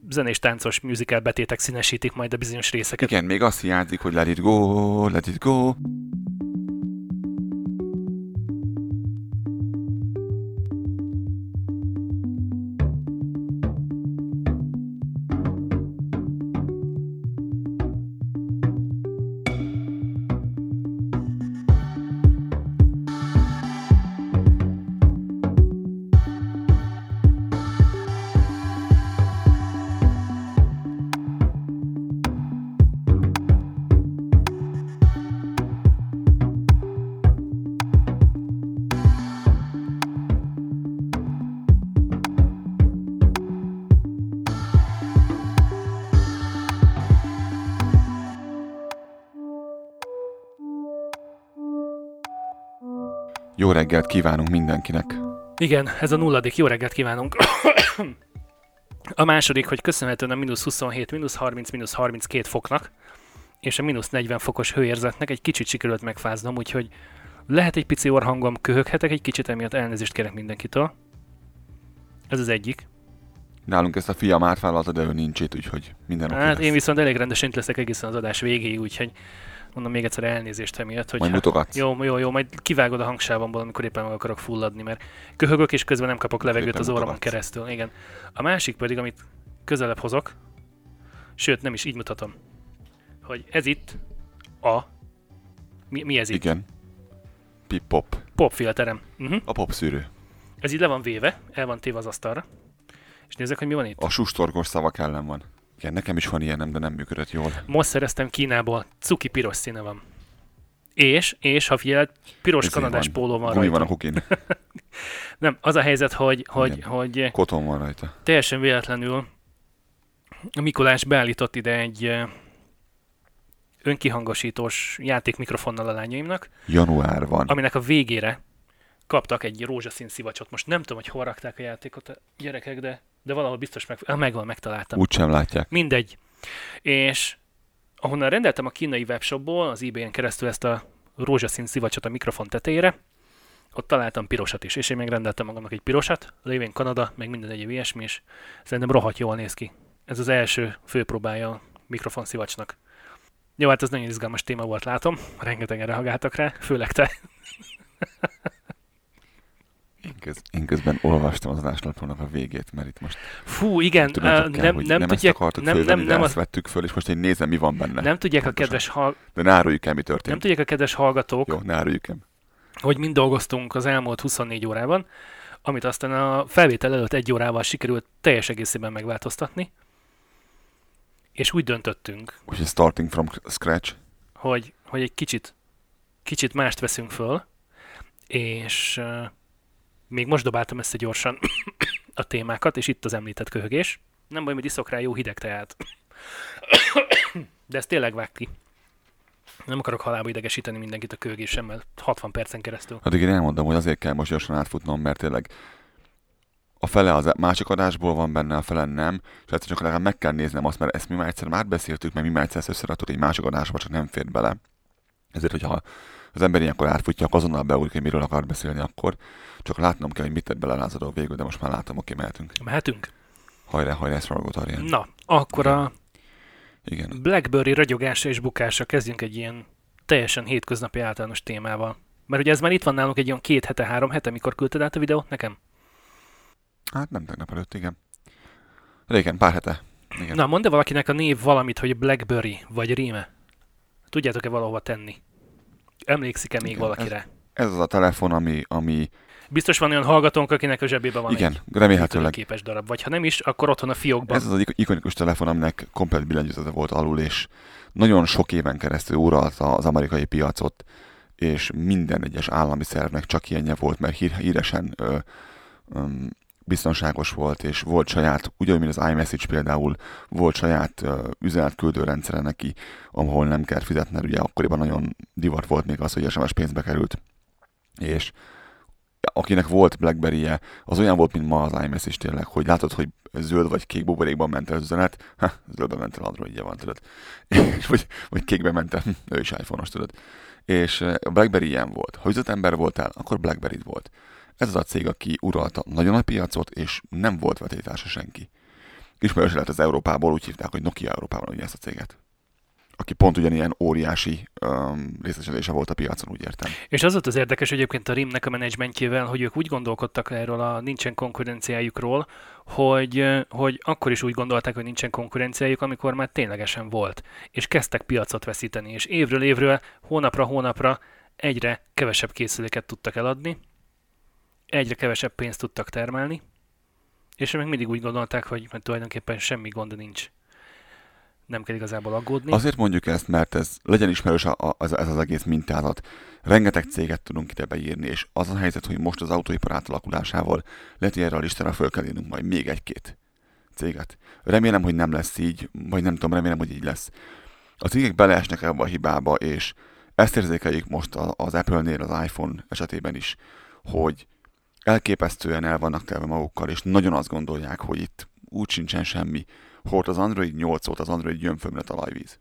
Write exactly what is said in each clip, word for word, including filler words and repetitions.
zenés táncos musical betétek színesítik majd a bizonyos részeket. Igen, még azt hiányzik, hogy let it go, let it go. Jó reggelt kívánunk mindenkinek! Igen, ez a nulladik. Jó reggelt kívánunk! A második, hogy köszönhetően a mínusz huszonhét, mínusz harminc, mínusz harminckét foknak, és a mínusz negyven fokos hőérzetnek egy kicsit sikerült megfáznom, úgyhogy lehet egy pici orrhangom, köhöghetek egy kicsit, emiatt elnézést kérek mindenkitől. Ez az egyik. Nálunk ezt a fiam átvállalta, de ő nincs itt, úgyhogy minden oké Hát lesz. én viszont elég rendesen itt leszek egészen az adás végéig, úgyhogy mondom még egyszer elnézést emiatt, hogy Majd mutogatsz. Jó, jó, jó, majd kivágod a hangsávamból, amikor éppen meg akarok fulladni, mert köhögök és közben nem kapok levegőt Éppen az orromon mutogatsz. keresztül. Igen. A másik pedig, amit közelebb hozok, sőt nem is így mutatom, hogy ez itt a... Mi, mi ez itt? Igen. Pip-pop. Popfilterem. Uh-huh. A popszűrő. Ez így le van véve, el van téve az asztalra. És nézzek, hogy mi van itt. A sustorgos szavak ellen van. Igen, nekem is van ilyenem, de nem működött jól. Most szereztem Kínából, cuki piros színe van. És, és ha figyeled, piros Ezért kanadás van. póló van Gumi rajta. van a kukin. Nem, az a helyzet, hogy, hogy, Igen. hogy Koton van rajta. teljesen véletlenül a Mikulás beállított ide egy eh, önkihangosítós játékmikrofonnal a lányaimnak, Január van. aminek a végére kaptak egy rózsaszín szivacsot. Most nem tudom, hogy hol rakták a játékot a gyerekek, de, de valahol biztos meg, ah, megvan, megtaláltam. Úgy sem látják. Mindegy. És ahonnan rendeltem a kínai webshopból, az eBay-en keresztül ezt a rózsaszín szivacsot a mikrofon tetejére, ott találtam pirosat is, és én még rendeltem magamnak egy pirosat, lévén Kanada, meg minden egyéb ilyesmi, és szerintem rohadt jól néz ki. Ez az első főpróbája a mikrofon szivacsnak. Jó, hát ez nagyon izgalmas téma volt, látom. Rengetegen reagáltak rá, főleg te. Én, köz, én közben olvastam az adáslapónak a végét, mert itt most Fú, igen, tudnátok uh, kell, nem, hogy nem, nem tudják, ezt akartuk nem, fölvenni, nem, de nem, ezt az, vettük föl, és most én nézem, mi van benne. nem tudják a Pontosan. kedves, hall, De ne áruljuk el, mi történt. nem tudják a kedves hallgatók, Jó, ne áruljuk el. hogy mind dolgoztunk az elmúlt huszonnégy órában, amit aztán a felvétel előtt egy órával sikerült teljes egészében megváltoztatni, és úgy döntöttünk, Úgyhogy starting from scratch. hogy, hogy egy kicsit, kicsit mást veszünk föl, és uh, még most dobáltam össze gyorsan a témákat, és itt az említett köhögés. Nem baj, hogy iszok rá jó hideg teát. De ez tényleg vág ki. Nem akarok halálba idegesíteni mindenkit a köhögésemmel hatvan percen keresztül. Addig én elmondom, hogy azért kell most gyorsan átfutnom, mert tényleg a fele az másik adásból van benne, a fele nem, és egyszer csak legalább meg kell néznem azt, mert ezt mi már egyszer már beszéltük, mert mi már egyszer összeraktuk egy másik adásba, csak nem fér bele. Ezért, hogyha az ember ilyenkor átfutja, akkor azonnal beugrik, hogy miről akar beszélni akkor. Csak látnom kell, hogy mit tett belelázadó végül, de most már látom, oké, mehetünk. Mehetünk? Hajrá, hajrá, ezt ragott Arián. Na, akkor a Igen. BlackBerry ragyogása és bukása kezdjünk egy ilyen teljesen hétköznapi általános témával. Mert ugye ez már itt van nálunk egy olyan két hete, három hete, mikor küldted át a videót nekem? Hát nem tegnap előtt, igen. Régen, pár hete. Igen. Na, mondd valakinek a név valamit, hogy BlackBerry vagy Ríme. Tudjátok-e valahova tenni? Emlékszik-e még Igen, valakire? Ez az a telefon, ami, ami Biztos van olyan hallgatónk, akinek a zsebében van igen, egy remélhetőleg. képes darab. Vagy ha nem is, akkor otthon a fiókban. Ez az az ikonikus telefon, aminek komplet billentyűzete volt alul, és nagyon sok éven keresztül uralta az amerikai piacot, és minden egyes állami szervnek csak ilyenje volt, mert hír, híresen ö, ö, biztonságos volt, és volt saját, ugyanúgy, mint az iMessage például, volt saját ö, üzenetküldő rendszere neki, ahol nem kell fizetned, ugye akkoriban nagyon divat volt még az, hogy es em es pénzbe került, és akinek volt BlackBerry-je, az olyan volt, mint ma az iMessage tényleg, hogy látod, hogy zöld vagy kék buborékban ment el az üzenet, ha, zöldben ment el, Androidja van, tudod. És vagy, vagy kékben ment el, ő is iPhone-os, tudod. És a BlackBerry ilyen volt. Ha üzletember voltál, akkor BlackBerry volt. Ez az a cég, aki uralta nagyon a piacot, és nem volt vetélytársa senki. ismerős lett az Európából, úgy hívták, hogy Nokia Európában ugye ezt a céget. Aki pont ugyanilyen óriási um, részesedése volt a piacon, úgy értem. És az volt az érdekes egyébként a RIM-nek a menedzsmentjével, hogy ők úgy gondolkodtak erről a nincsen konkurenciájukról, hogy, hogy akkor is úgy gondolták, hogy nincsen konkurenciájuk, amikor már ténylegesen volt. És kezdtek piacot veszíteni, és évről évről, hónapra hónapra egyre kevesebb készüléket tudtak eladni, egyre kevesebb pénzt tudtak termelni, és még mindig úgy gondolták, hogy tulajdonképpen semmi gond nincs. Nem kell igazából aggódni. Azért mondjuk ezt, mert ez legyen ismerős a, a, ez, ez az egész mintázat. Rengeteg céget tudunk ide beírni, és az a helyzet, hogy most az autóipar átalakulásával lehet, hogy erre a listára föl kell írnunk majd még egy-két céget. Remélem, hogy nem lesz így, vagy nem tudom, remélem, hogy így lesz. A cégek beleesnek ebbe a hibába, és ezt érzékeljük most az Apple-nél, az iPhone esetében is, hogy elképesztően el vannak telve magukkal, és nagyon azt gondolják, hogy itt úgy sincsen semmi. Holt az Android nyolc óta az Android jön föl, mint a talajvíz.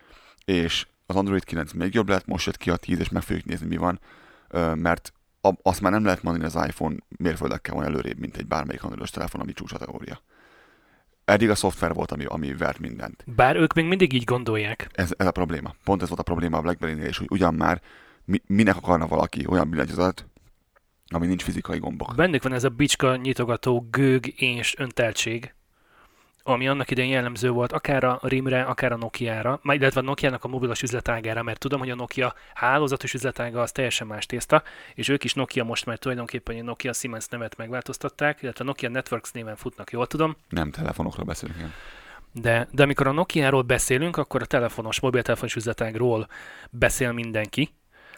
És az Android kilenc még jobb lett, most jött ki a tíz, és meg fogjuk nézni, mi van, mert azt már nem lehet mondani, hogy az iPhone mérföldekkel van előrébb, mint egy bármelyik androidos telefon, ami csúcskategória. Eddig a szoftver volt, ami, ami vert mindent. Bár ők még mindig így gondolják. Ez, ez a probléma. Pont ez volt a probléma a BlackBerry-nél, és hogy ugyan már mi, minek akarna valaki olyan billentyűzetet, ami nincs fizikai gombok. Bennük van ez a bicska, nyitogató, gőg és önteltség, ami annak idején jellemző volt akár a RIM-re, akár a Nokia-ra, illetve a Nokia-nak a mobilos üzletágára, mert tudom, hogy a Nokia hálózatos üzletága az teljesen más tészta, és ők is Nokia most már tulajdonképpen a Nokia Siemens nevet megváltoztatták, illetve a Nokia Networks néven futnak, jól tudom. Nem telefonokról beszélünk, igen. De, de amikor a Nokia-ról beszélünk, akkor a telefonos, mobiltelefonos üzletágról beszél mindenki.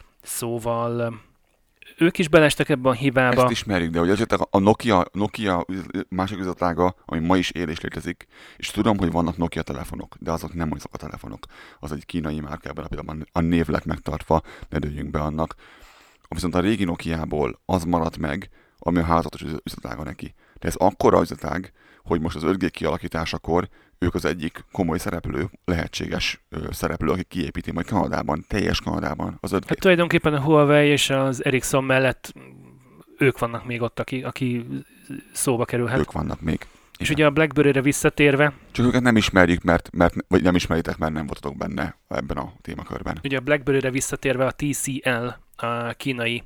Szóval ők is belestek ebben a hibába. Ezt ismerjük, de hogy a Nokia, Nokia másik üzletága, ami ma is él és létezik, és tudom, hogy vannak Nokia telefonok, de azok nem azok a telefonok. Az egy kínai márka, ebben a pillanatban a név lett megtartva, ne dőljünk be annak. Viszont a régi Nokiából az maradt meg, ami a hálózatos üzletága neki. De ez akkora üzletág, hogy most az öt G kialakításakor ők az egyik komoly szereplő, lehetséges ö, szereplő, aki kiépíti majd Kanadában, teljes Kanadában az öt G. Hát tulajdonképpen a Huawei és az Ericsson mellett ők vannak még ott, aki, aki szóba kerülhet. Ők vannak még. És igen. Ugye a BlackBerry-re visszatérve... Csak őket nem ismerjük, mert, mert, vagy nem ismeritek, mert nem voltatok benne ebben a témakörben. Ugye a BlackBerry-re visszatérve a té cé el, a kínai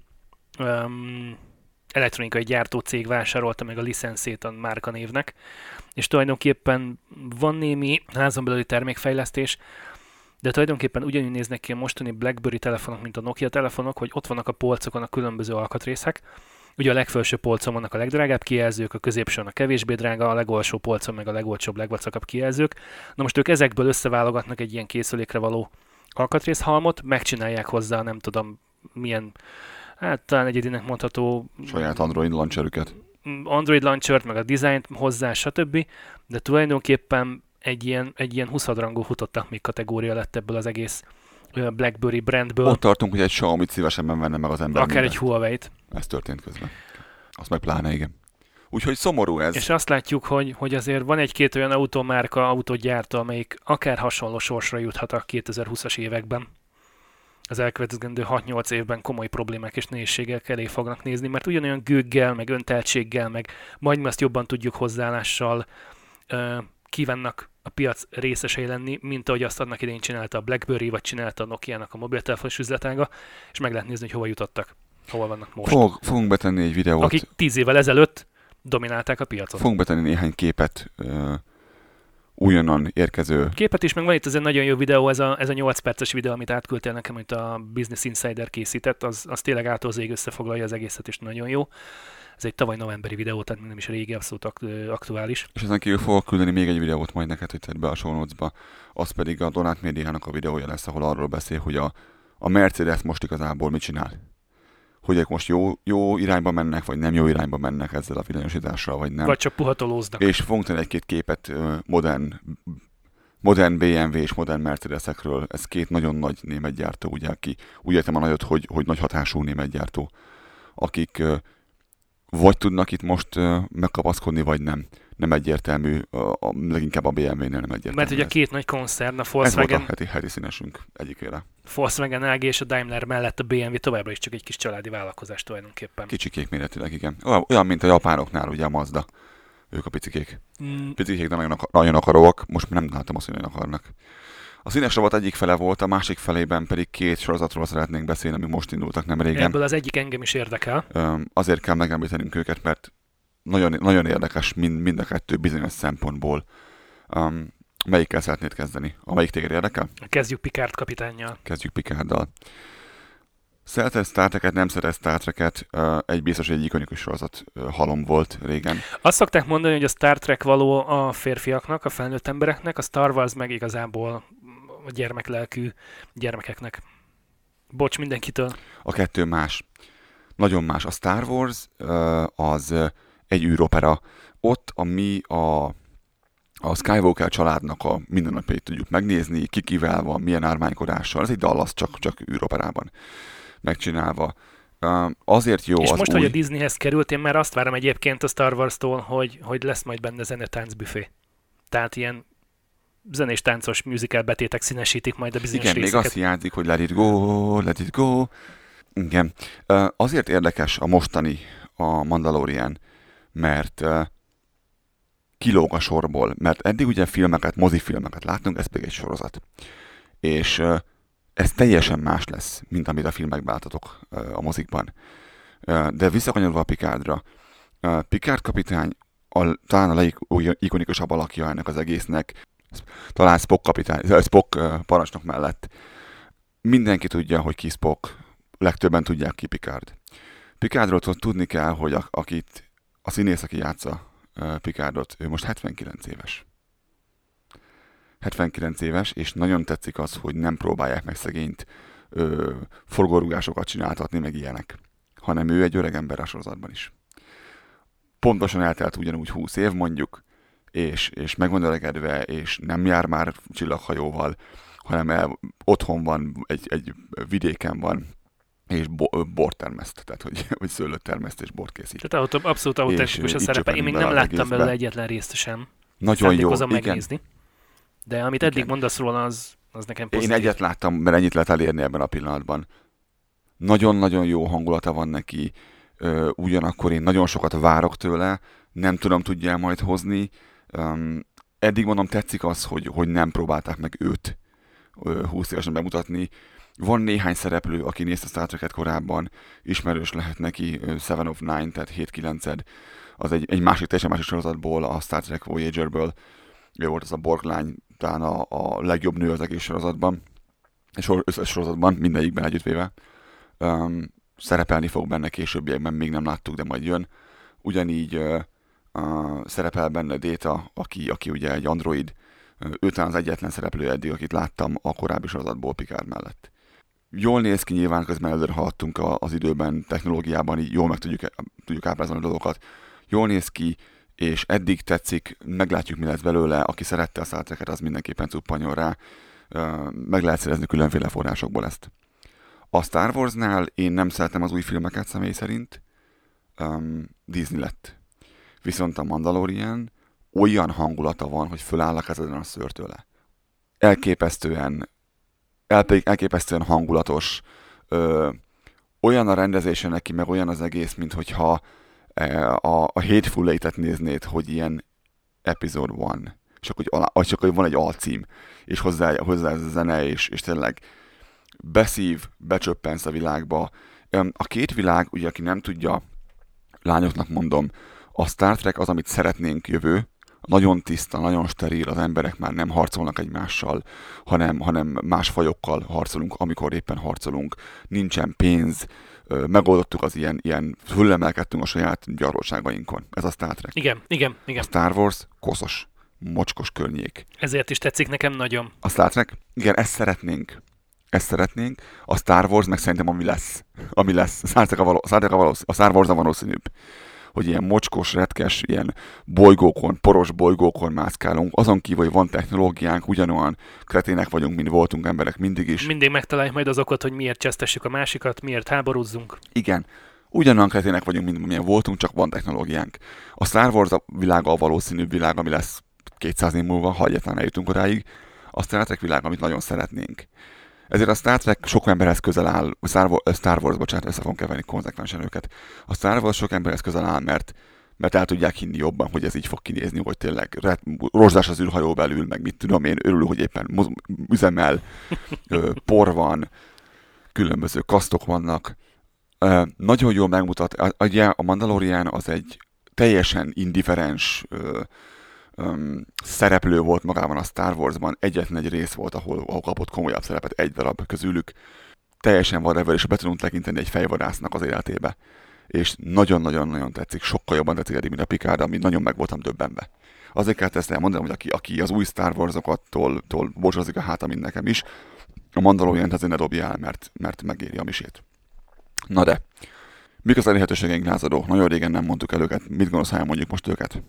um, elektronikai gyártócég vásárolta meg a licenszét a márkanévnek, és tulajdonképpen van némi házon belüli termékfejlesztés, de tulajdonképpen ugyanúgy néznek ki a mostani BlackBerry telefonok, mint a Nokia telefonok, hogy ott vannak a polcokon a különböző alkatrészek. Ugye a legfelső polcon vannak a legdrágább kijelzők, a középsőn a kevésbé drága, a legolsó polcon meg a legolcsóbb, legvacakabb kijelzők. Na most ők ezekből összeválogatnak egy ilyen készülékre való alkatrészhalmot, megcsinálják hozzá, nem tudom milyen, hát talán egyedinek mondható... Saját Android launcherüket. Android launchert, meg a dizájnt hozzá, stb. De tulajdonképpen egy ilyen, egy ilyen huszadrangú futottak még kategória lett ebből az egész BlackBerry brandből. Ott tartunk, hogy egy Xiaomi-t szívesebben venne meg az ember. Akár mindent. egy Huawei-t. Ez történt közben. Azt meg pláne, igen. Úgyhogy szomorú ez. És azt látjuk, hogy, hogy azért van egy-két olyan automárka, autógyártó, amelyik akár hasonló sorsra juthat a kétezer-húszas években. Az elkövetkezendő hat-nyolc évben komoly problémák és nehézségek elé fognak nézni, mert ugyanolyan gőggel, meg önteltséggel, meg majd azt jobban tudjuk hozzáállással uh, kívánnak a piac részesei lenni, mint ahogy azt annak idején csinálta a BlackBerry, vagy csinálta a Nokia-nak a mobiltelefonos üzletága, és meg lehet nézni, hogy hova jutottak, hol vannak most. Fog, fogunk betenni egy videót. Akik tíz évvel ezelőtt dominálták a piacot. Fogunk betenni néhány képet, uh, újonnan érkező... Képet is, meg van itt ez egy nagyon jó videó, ez a, ez a nyolc perces videó, amit átküldtél nekem, amit a Business Insider készített, az, az tényleg ától zég összefoglalja az egészet, és nagyon jó. Ez egy tavaly novemberi videó, tehát nem is régi, abszolút aktuális. És ezen kívül fogok küldeni még egy videót majd neked, hogy tedd be a show notes-ba. Az pedig a Donát Médiának a videója lesz, ahol arról beszél, hogy a, a Mercedes most igazából mit csinál. Hogy ők most jó, jó irányba mennek, vagy nem jó irányba mennek ezzel a villanyosítással, vagy nem. Vagy csak puhatolóznak. És fogunk tenni egy-két képet modern, modern bé em vé és modern Mercedesekről. Ez két nagyon nagy német gyártó, ugye, aki úgy értem a nagyot, hogy, hogy nagy hatású német gyártó, akik vagy tudnak itt most megkapaszkodni, vagy nem. Nem egyértelmű, a, a, leginkább a bé em vé-nél nem egyértelmű. Mert ugye ez. Két nagy koncern, a Ez Volkswagen, volt a heti, heti színesünk egyikére. Volkswagen á gé és a Daimler mellett a bé em vé továbbra is csak egy kis családi vállalkozás tulajdonképpen. Kicsikék méretileg, igen. Olyan, olyan, mint a japánoknál, ugye a Mazda. Ők a picikék. Mm. Picikék, de nagyon, akar, nagyon akaróak. Most nem láttam azt, hogy nagyon akarnak. A színes rovat egyik fele volt, a másik felében pedig két sorozatról szeretnénk beszélni, amik most indultak nem régen. Ebből az egyik engem is érdekel. Azért kell megemlítenünk őket, mert nagyon, nagyon érdekes mind, mind a kettő bizonyos szempontból. Um, melyikkel szeretnéd kezdeni? A melyik téged érdekel? Kezdjük Picard kapitánnyal. Kezdjük Picarddal. Szeretett Star Trek-et, nem szeretett Star Trek-et, egy biztos, egy ikonikus sorozat halom volt régen. Azt szokták mondani, hogy a Star Trek való a férfiaknak, a felnőtt embereknek, a Star Wars meg igazából a gyermeklelkű gyermekeknek. Bocs mindenkitől. A kettő más. Nagyon más. A Star Wars az egy űropera. Ott a mi a, a Skywalker családnak a mindennapjait tudjuk megnézni, ki kivel van, milyen ármánykodással. Ez egy Dallas, csak, csak űroperában megcsinálva. Azért jó és az most, új... hogy a Disneyhez került, én már azt várom egyébként a Star Wars-tól, hogy, hogy lesz majd benne zenetánc büfé. Tehát ilyen zenés táncos musical betétek színesítik majd a bizonyos Igen, részeket. még azt hiányzik, hogy let it go, let it go. Igen. Azért érdekes a mostani a Mandalorian, mert kilóg a sorból, mert eddig ugye filmeket, mozifilmeket láttunk, ez pedig egy sorozat. És ez teljesen más lesz, mint amit a filmekben láttatok a mozikban. De visszakanyolva a Picardra, Picard kapitány a, talán a legikonikusabb alakja ennek az egésznek, talán Spock kapitány, Spock parancsnok mellett. Mindenki tudja, hogy ki Spock, legtöbben tudják ki Picard. Picardról tudni kell, hogy a, akit a színész, aki játsza Picardot, ő most hetvenkilenc éves. hetvenkilenc éves, és nagyon tetszik az, hogy nem próbálják meg szegényt ö, forgórugásokat csináltatni, meg ilyenek, hanem ő egy öreg ember a sorozatban is. Pontosan eltelt ugyanúgy húsz év mondjuk, és, és meg van öregedve, és nem jár már csillaghajóval, hanem el, otthon van, egy, egy vidéken van, és bo- bort termeszt, tehát hogy, hogy szőlőt termeszt és bort készít. Tehát abszolút autentikus a szerepe. Én még nem láttam belőle egyetlen részt sem. Nagyon jó, megnézni. igen. De amit eddig igen. mondasz róla, az, az nekem pozitív. Én egyet láttam, mert ennyit lehet elérni ebben a pillanatban. Nagyon-nagyon jó hangulata van neki, Ö, ugyanakkor én nagyon sokat várok tőle, nem tudom, tudja majd hozni. Um, eddig mondom, tetszik az, hogy, hogy nem próbálták meg őt ö, húsz évesen bemutatni. Van néhány szereplő, aki nézte Star Trek-et korábban, ismerős lehet neki, Seven of Nine, tehát hét kilenced, az egy, egy másik, teljesen másik sorozatból, a Star Trek Voyagerből. Ő volt az a Borg lány, talán a, a legjobb nő az egész sorozatban, és összes sorozatban, mindegyikben együttvéve. Um, szerepelni fog benne későbbiekben, még nem láttuk, de majd jön. Ugyanígy uh, uh, szerepel benne Data, aki, aki ugye egy android, uh, ő talán az egyetlen szereplő eddig, akit láttam a korábbi sorozatból Picard mellett. Jól néz ki, nyilván közben előre haladtunk az időben, technológiában, így jól meg tudjuk, tudjuk ábrázolni a dolgokat. Jól néz ki, és eddig tetszik, meglátjuk, mi lesz belőle. Aki szerette a Star Trek-et, az mindenképpen cuppanjon rá. Uh, meg lehet szerezni különféle forrásokból ezt. A Star Warsnál én nem szeretem az új filmeket személy szerint, um, Disney lett. Viszont a Mandalorian olyan hangulata van, hogy föláll a kezeden a szőr tőle. Elképesztően, elpé, elképesztően hangulatos, ö, olyan a rendezése neki, meg olyan az egész, mint hogyha e, a, a Hateful Eight-et néznéd, hogy ilyen episode one, csak hogy, alá, csak hogy van egy alcím, és hozzá, hozzá ez a zene, és, és tényleg beszív, becsöppensz a világba. A két világ, ugye aki nem tudja, lányoknak mondom, a Star Trek az, amit szeretnénk jövő, nagyon tiszta, nagyon steril, az emberek már nem harcolnak egymással, hanem, hanem más fajokkal harcolunk, amikor éppen harcolunk. Nincsen pénz, megoldottuk az ilyen, ilyen föllemelkedtünk a saját gyarlóságainkon. Ez a Star Trek. Igen, igen, igen. A Star Wars koszos, mocskos környék. Ezért is tetszik nekem nagyon. A Star Trek, igen, ezt szeretnénk. Ezt szeretnénk. A Star Wars meg szerintem ami lesz. Ami lesz. A Star Trek a, való, a Star Wars a valószínűbb. Hogy ilyen mocskos, retkes, ilyen bolygókon, poros bolygókon mászkálunk. Azon kívül, hogy van technológiánk, ugyanolyan kretének vagyunk, mint voltunk emberek mindig is. Mindig megtaláljuk majd az okot, hogy miért csesztessük a másikat, miért háborúzzunk. Igen. Ugyanolyan kretének vagyunk, mint milyen voltunk, csak van technológiánk. A Star Wars a világa a valószínűbb világ, ami lesz kétszáz év múlva, ha egyáltalán eljutunk odáig. A Star Trek világ, amit nagyon szeretnénk. Ezért a Star Trek sok emberhez közel áll, Star Wars, Star Wars bocsánat, össze fogom keverni konzekvensen őket. A Star Wars sok emberhez közel áll, mert, mert el tudják hinni jobban, hogy ez így fog kinézni, hogy tényleg rozsdás az űrhajó belül, meg mit tudom én, örül, hogy éppen üzemel, por van, különböző kasztok vannak. Nagyon jól megmutat, ugye a Mandalorian az egy teljesen indiferens Um, szereplő volt magában a Star Warsban, egyetlen egy rész volt, ahol, ahol kapott komolyabb szerepet, egy darab közülük. Teljesen whatever, és be tudunk tekinteni egy fejvadásznak az életébe. És nagyon-nagyon-nagyon tetszik, sokkal jobban tetszik eddig, mint a Picard, ami nagyon meg voltam döbbenve. Azért kell ezt elmondanom, hogy aki, aki az új Star Wars-okattól bocsozik a háta, mint nekem is, a Mandalorian-t azért ne dobja el, mert, mert megéri a misét. Na de, mik az elérhetőségeink, lázadó? Nagyon régen nem mondtuk el őket, mit gondolsz, ha elmondjuk most őket?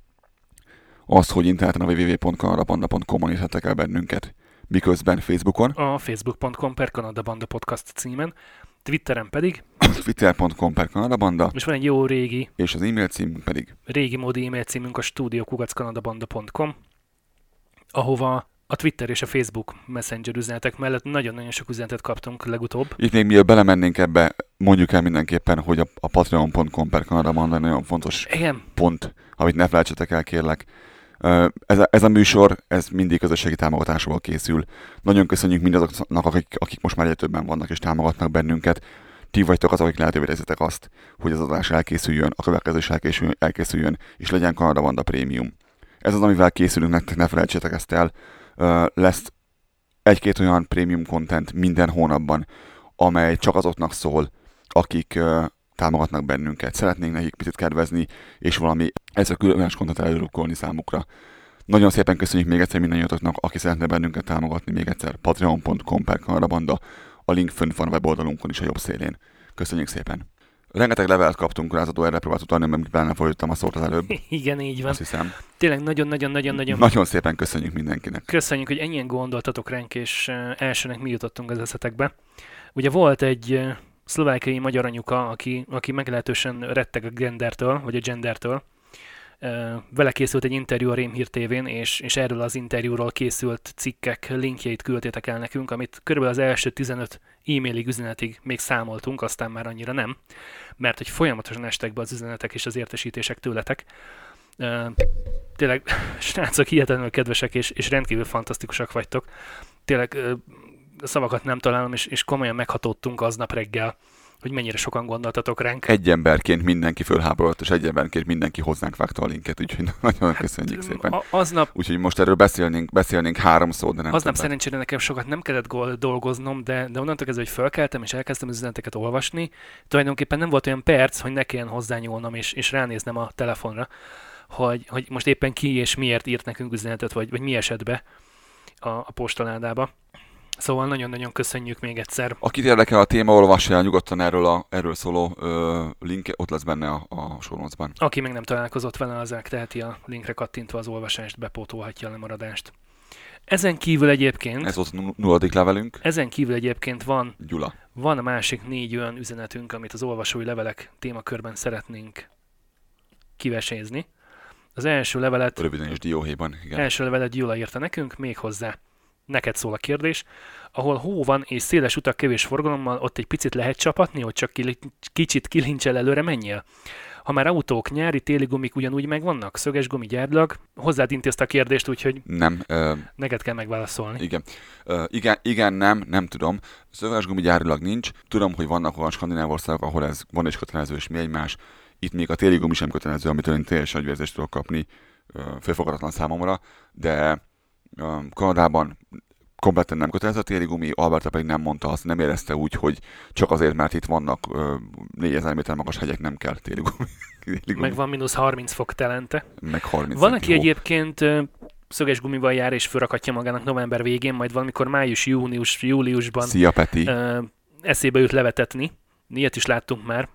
Az, hogy interneten a double-u double-u double-u pont kanadabanda pont com-on érhettek el bennünket. Miközben Facebookon. A facebook pont com per Kanadabanda podcast címen. Twitteren pedig. twitter pont com per Kanadabanda. És van egy jó régi. És az e-mail címünk pedig. Régi módi e-mail címünk a studio kukac kanadabanda pont com, ahova a Twitter és a Facebook Messenger üzenetek mellett nagyon-nagyon sok üzenetet kaptunk legutóbb. Itt még mielőtt belemennénk ebbe, mondjuk el mindenképpen, hogy a, a patreon pont com per Kanadabanda nagyon fontos Igen. pont, amit ne felejtsetek el, kérlek. Ez a, ez a műsor, ez mindig közösségi támogatásból készül. Nagyon köszönjük mindazoknak, akik, akik most már egyre többen vannak és támogatnak bennünket. Ti vagytok azok, akik lehetővé teszitek azt, hogy az adás elkészüljön, a következő is elkészüljön, elkészüljön, és legyen Kanadabanda Prémium. Ez az, amivel készülünk, nektek ne felejtsétek ezt el. Lesz egy-két olyan prémium content minden hónapban, amely csak azoknak szól, akik támogatnak bennünket. Szeretnénk nekik picit kedvezni, és valami ez a különleges content előrukkolni számukra. Nagyon szépen köszönjük még egyszer mindannyiatoknak, aki szeretne bennünket támogatni, még egyszer patreon pont com per Kanadabanda, a link fönt van a weboldalunkon is a jobb szélén. Köszönjük szépen! Rengeteg levelet kaptunk, rázadó, erre próbált utalni, mert benne folytattam a szót az előbb. Igen, így van. Azt hiszem. Tényleg nagyon-nagyon-nagyon-nagyon... Nagyon szépen köszönjük mindenkinek. Köszönjük, hogy ennyien gondoltatok ránk, és elsőnek mi jutottunk az eszetekbe. Ugye volt egy szlovákiai magyar anyuka, aki, aki meglehetősen retteg a gendertől, vagy a gendertől. Vele készült egy interjú a Rémhír tévén, és, és erről az interjúról készült cikkek linkjeit küldtétek el nekünk, amit körülbelül az első tizenöt e-mailig, üzenetig még számoltunk, aztán már annyira nem, mert hogy folyamatosan estek be az üzenetek és az értesítések tőletek. Tényleg, srácok, hihetetlenül kedvesek és, és rendkívül fantasztikusak vagytok. Tényleg szavakat nem találom, és, és komolyan meghatódtunk aznap reggel, hogy mennyire sokan gondoltatok ránk. Egy emberként mindenki fölháborodott, és egy emberként mindenki hozzánk vágta a linket, úgyhogy nagyon hát, köszönjük szépen. Aznap, úgyhogy most erről beszélnénk, beszélnénk három szót, de nem aznap szerencsére nekem sokat nem kellett dolgoznom, de, de onnantól kezdve, hogy fölkeltem, és elkezdtem az üzeneteket olvasni, tulajdonképpen nem volt olyan perc, hogy ne kelljen hozzányúlnom, és, és ránéznem a telefonra, hogy, hogy most éppen ki és miért írt nekünk üzenetet, vagy, vagy mi esett be a, a postaládába. Szóval nagyon-nagyon köszönjük még egyszer. Akit érdekel a téma, olvassa el nyugodtan erről, a, erről szóló ö, link, ott lesz benne a, a show notes-ban. Aki még nem találkozott vele, az teheti a linkre kattintva az olvasást, bepótolhatja a lemaradást. Ezen kívül egyébként... Ez volt a nulladik levelünk. Ezen kívül egyébként van... Gyula. Van a másik négy olyan üzenetünk, amit az olvasói levelek témakörben szeretnénk kivesézni. Az első levelet... Röviden és dióhéjban, igen. első levelet Gyula írta nekünk, méghozzá. Neked szól a kérdés. Ahol hó van és széles utak kevés forgalommal, ott egy picit lehet csapatni, hogy csak kicsit kilincsel előre menjél? Ha már autók, nyári, téli gumik ugyanúgy megvannak, szöges gumi gyárlag, hozzád intézte a kérdést, úgyhogy nem, uh, neked kell megválaszolni. Igen. Uh, igen, igen, nem, nem tudom. Szöges gumi gyárilag nincs. Tudom, hogy vannak olyan skandináv országok, ahol ez van és kötelező, és mi egymás. Itt még a téli gumi sem kötelező, amitől én teljesen agyvérzést tudok kapni, uh, fölfogadatlan számomra, de uh, Kanadában kompletten nem kötelező a téli gumi, Alberta pedig nem mondta azt, nem érezte úgy, hogy csak azért, mert itt vannak uh, négyezer méter magas hegyek, nem kell téli gumi. téli gumi. Meg van mínusz harminc fok telente. Meg harminc. Van, aki egyébként uh, szöges gumival jár és fölrakatja magának november végén, majd valamikor május, június, júliusban Szia, Peti. Uh, eszébe jut levetetni. Ilyet is láttunk már.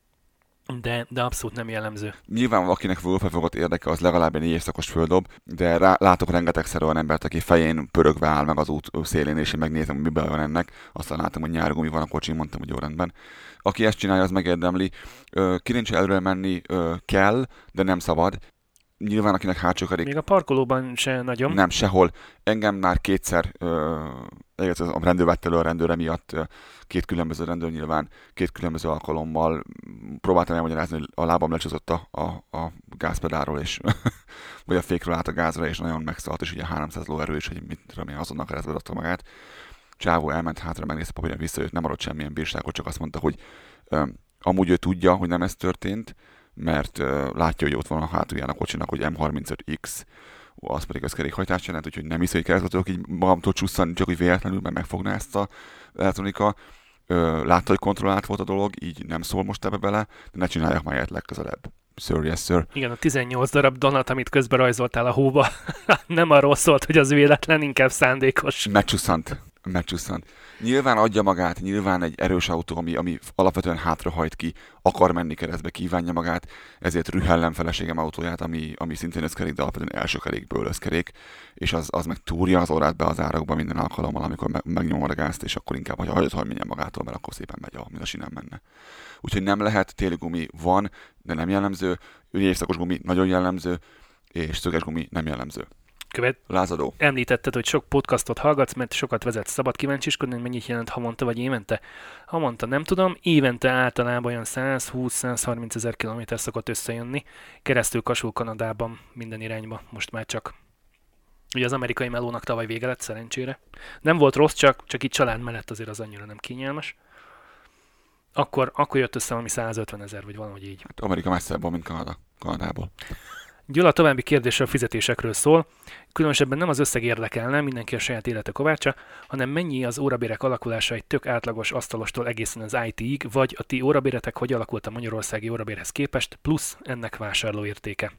De, de abszolút nem jellemző. Nyilván valakinek fölfogott érdeke, az legalább egy négy évszakos földob, de rá, látok rengetegszer olyan embert, aki fején pörögve áll meg az út szélén, és én megnézem, hogy miben van ennek. Aztán látom, hogy nyári gumi van a kocsin, mondtam, hogy jó rendben. Aki ezt csinálja, az megérdemli. Kilincsel előre menni ö, kell, de nem szabad. nyilván akinek hátsókerék... Még a parkolóban se nagyon. Nem, sehol. Engem már kétszer, uh, a rendőr vett elő a rendőre miatt, uh, két különböző rendőr nyilván, két különböző alkalommal próbáltam elmagyarázni, hogy a lábam lecsúszott a, a, a gázpedálról, és vagy a fékről át a gázra, és nagyon megszállt, és ugye háromszáz lóerő, és hogy mit tudom én, azonnal keresztbe adta magát. Csávó elment hátra, megnézte papírján, visszajött, nem adott semmilyen bírságot, csak azt mondta, hogy um, amúgy ő tudja, hogy nem ez történt, mert uh, látja, hogy ott van a hátulján a kocsinak, hogy em harmincöt iksz, az pedig összkerékhajtást jelent, úgyhogy nem hisz, hogy keresztbe tudok így magamtól csusszani, csak hogy véletlenül, mert megfogná ezt a elektronika. Uh, látta, hogy kontrollált volt a dolog, így nem szól most ebbe bele, de ne csináljak már ilyet legközelebb. Sir, yes, sir. Igen, a tizennyolc darab donut, amit közben rajzoltál a hóba, nem arról szólt, hogy az véletlen, inkább szándékos. Megcsusszant. Megcsusszant. Nyilván adja magát, nyilván egy erős autó, ami, ami alapvetően hátrahajt ki, akar menni keresztbe, kívánja magát, ezért rühellem feleségem autóját, ami, ami szintén összkerék, de alapvetően első kerékből összkerék, és az, az meg túrja az órát be az árakba minden alkalommal, amikor me, megnyomod a gázt, és akkor inkább, hogy hagyod, hogy menjen magától, mert akkor szépen megy, mint a sinem menne. Úgyhogy nem lehet, téli gumi van, de nem jellemző, évszakos gumi nagyon jellemző, és szöges gumi nem jellemző. Követ. Lázadó. Említetted, hogy sok podcastot hallgatsz, mert sokat vezetsz. Szabad kíváncsiskodni, hogy mennyit jelent havonta vagy évente? Havonta nem tudom, évente általában olyan százhúsz-százharminc ezer kilométer szokott összejönni, keresztül Kasul Kanadában minden irányba, most már csak. Ugye az amerikai melónak tavaly vége lett, szerencsére. Nem volt rossz, csak, csak itt család mellett azért az annyira nem kényelmes. Akkor, akkor jött össze valami százötven ezer, vagy valahogy így. Hát Amerika messzebb van, mint Kanada. Kanadából. Gyula további kérdése a fizetésekről szól. Különösebben nem az összeg érdekelne, mindenki a saját élete kovácsa, hanem mennyi az órabérek alakulása egy tök átlagos asztalostól egészen az í té-ig, vagy a ti órabéretek hogy alakult a magyarországi órabérhez képest, plusz ennek vásárlóértéke.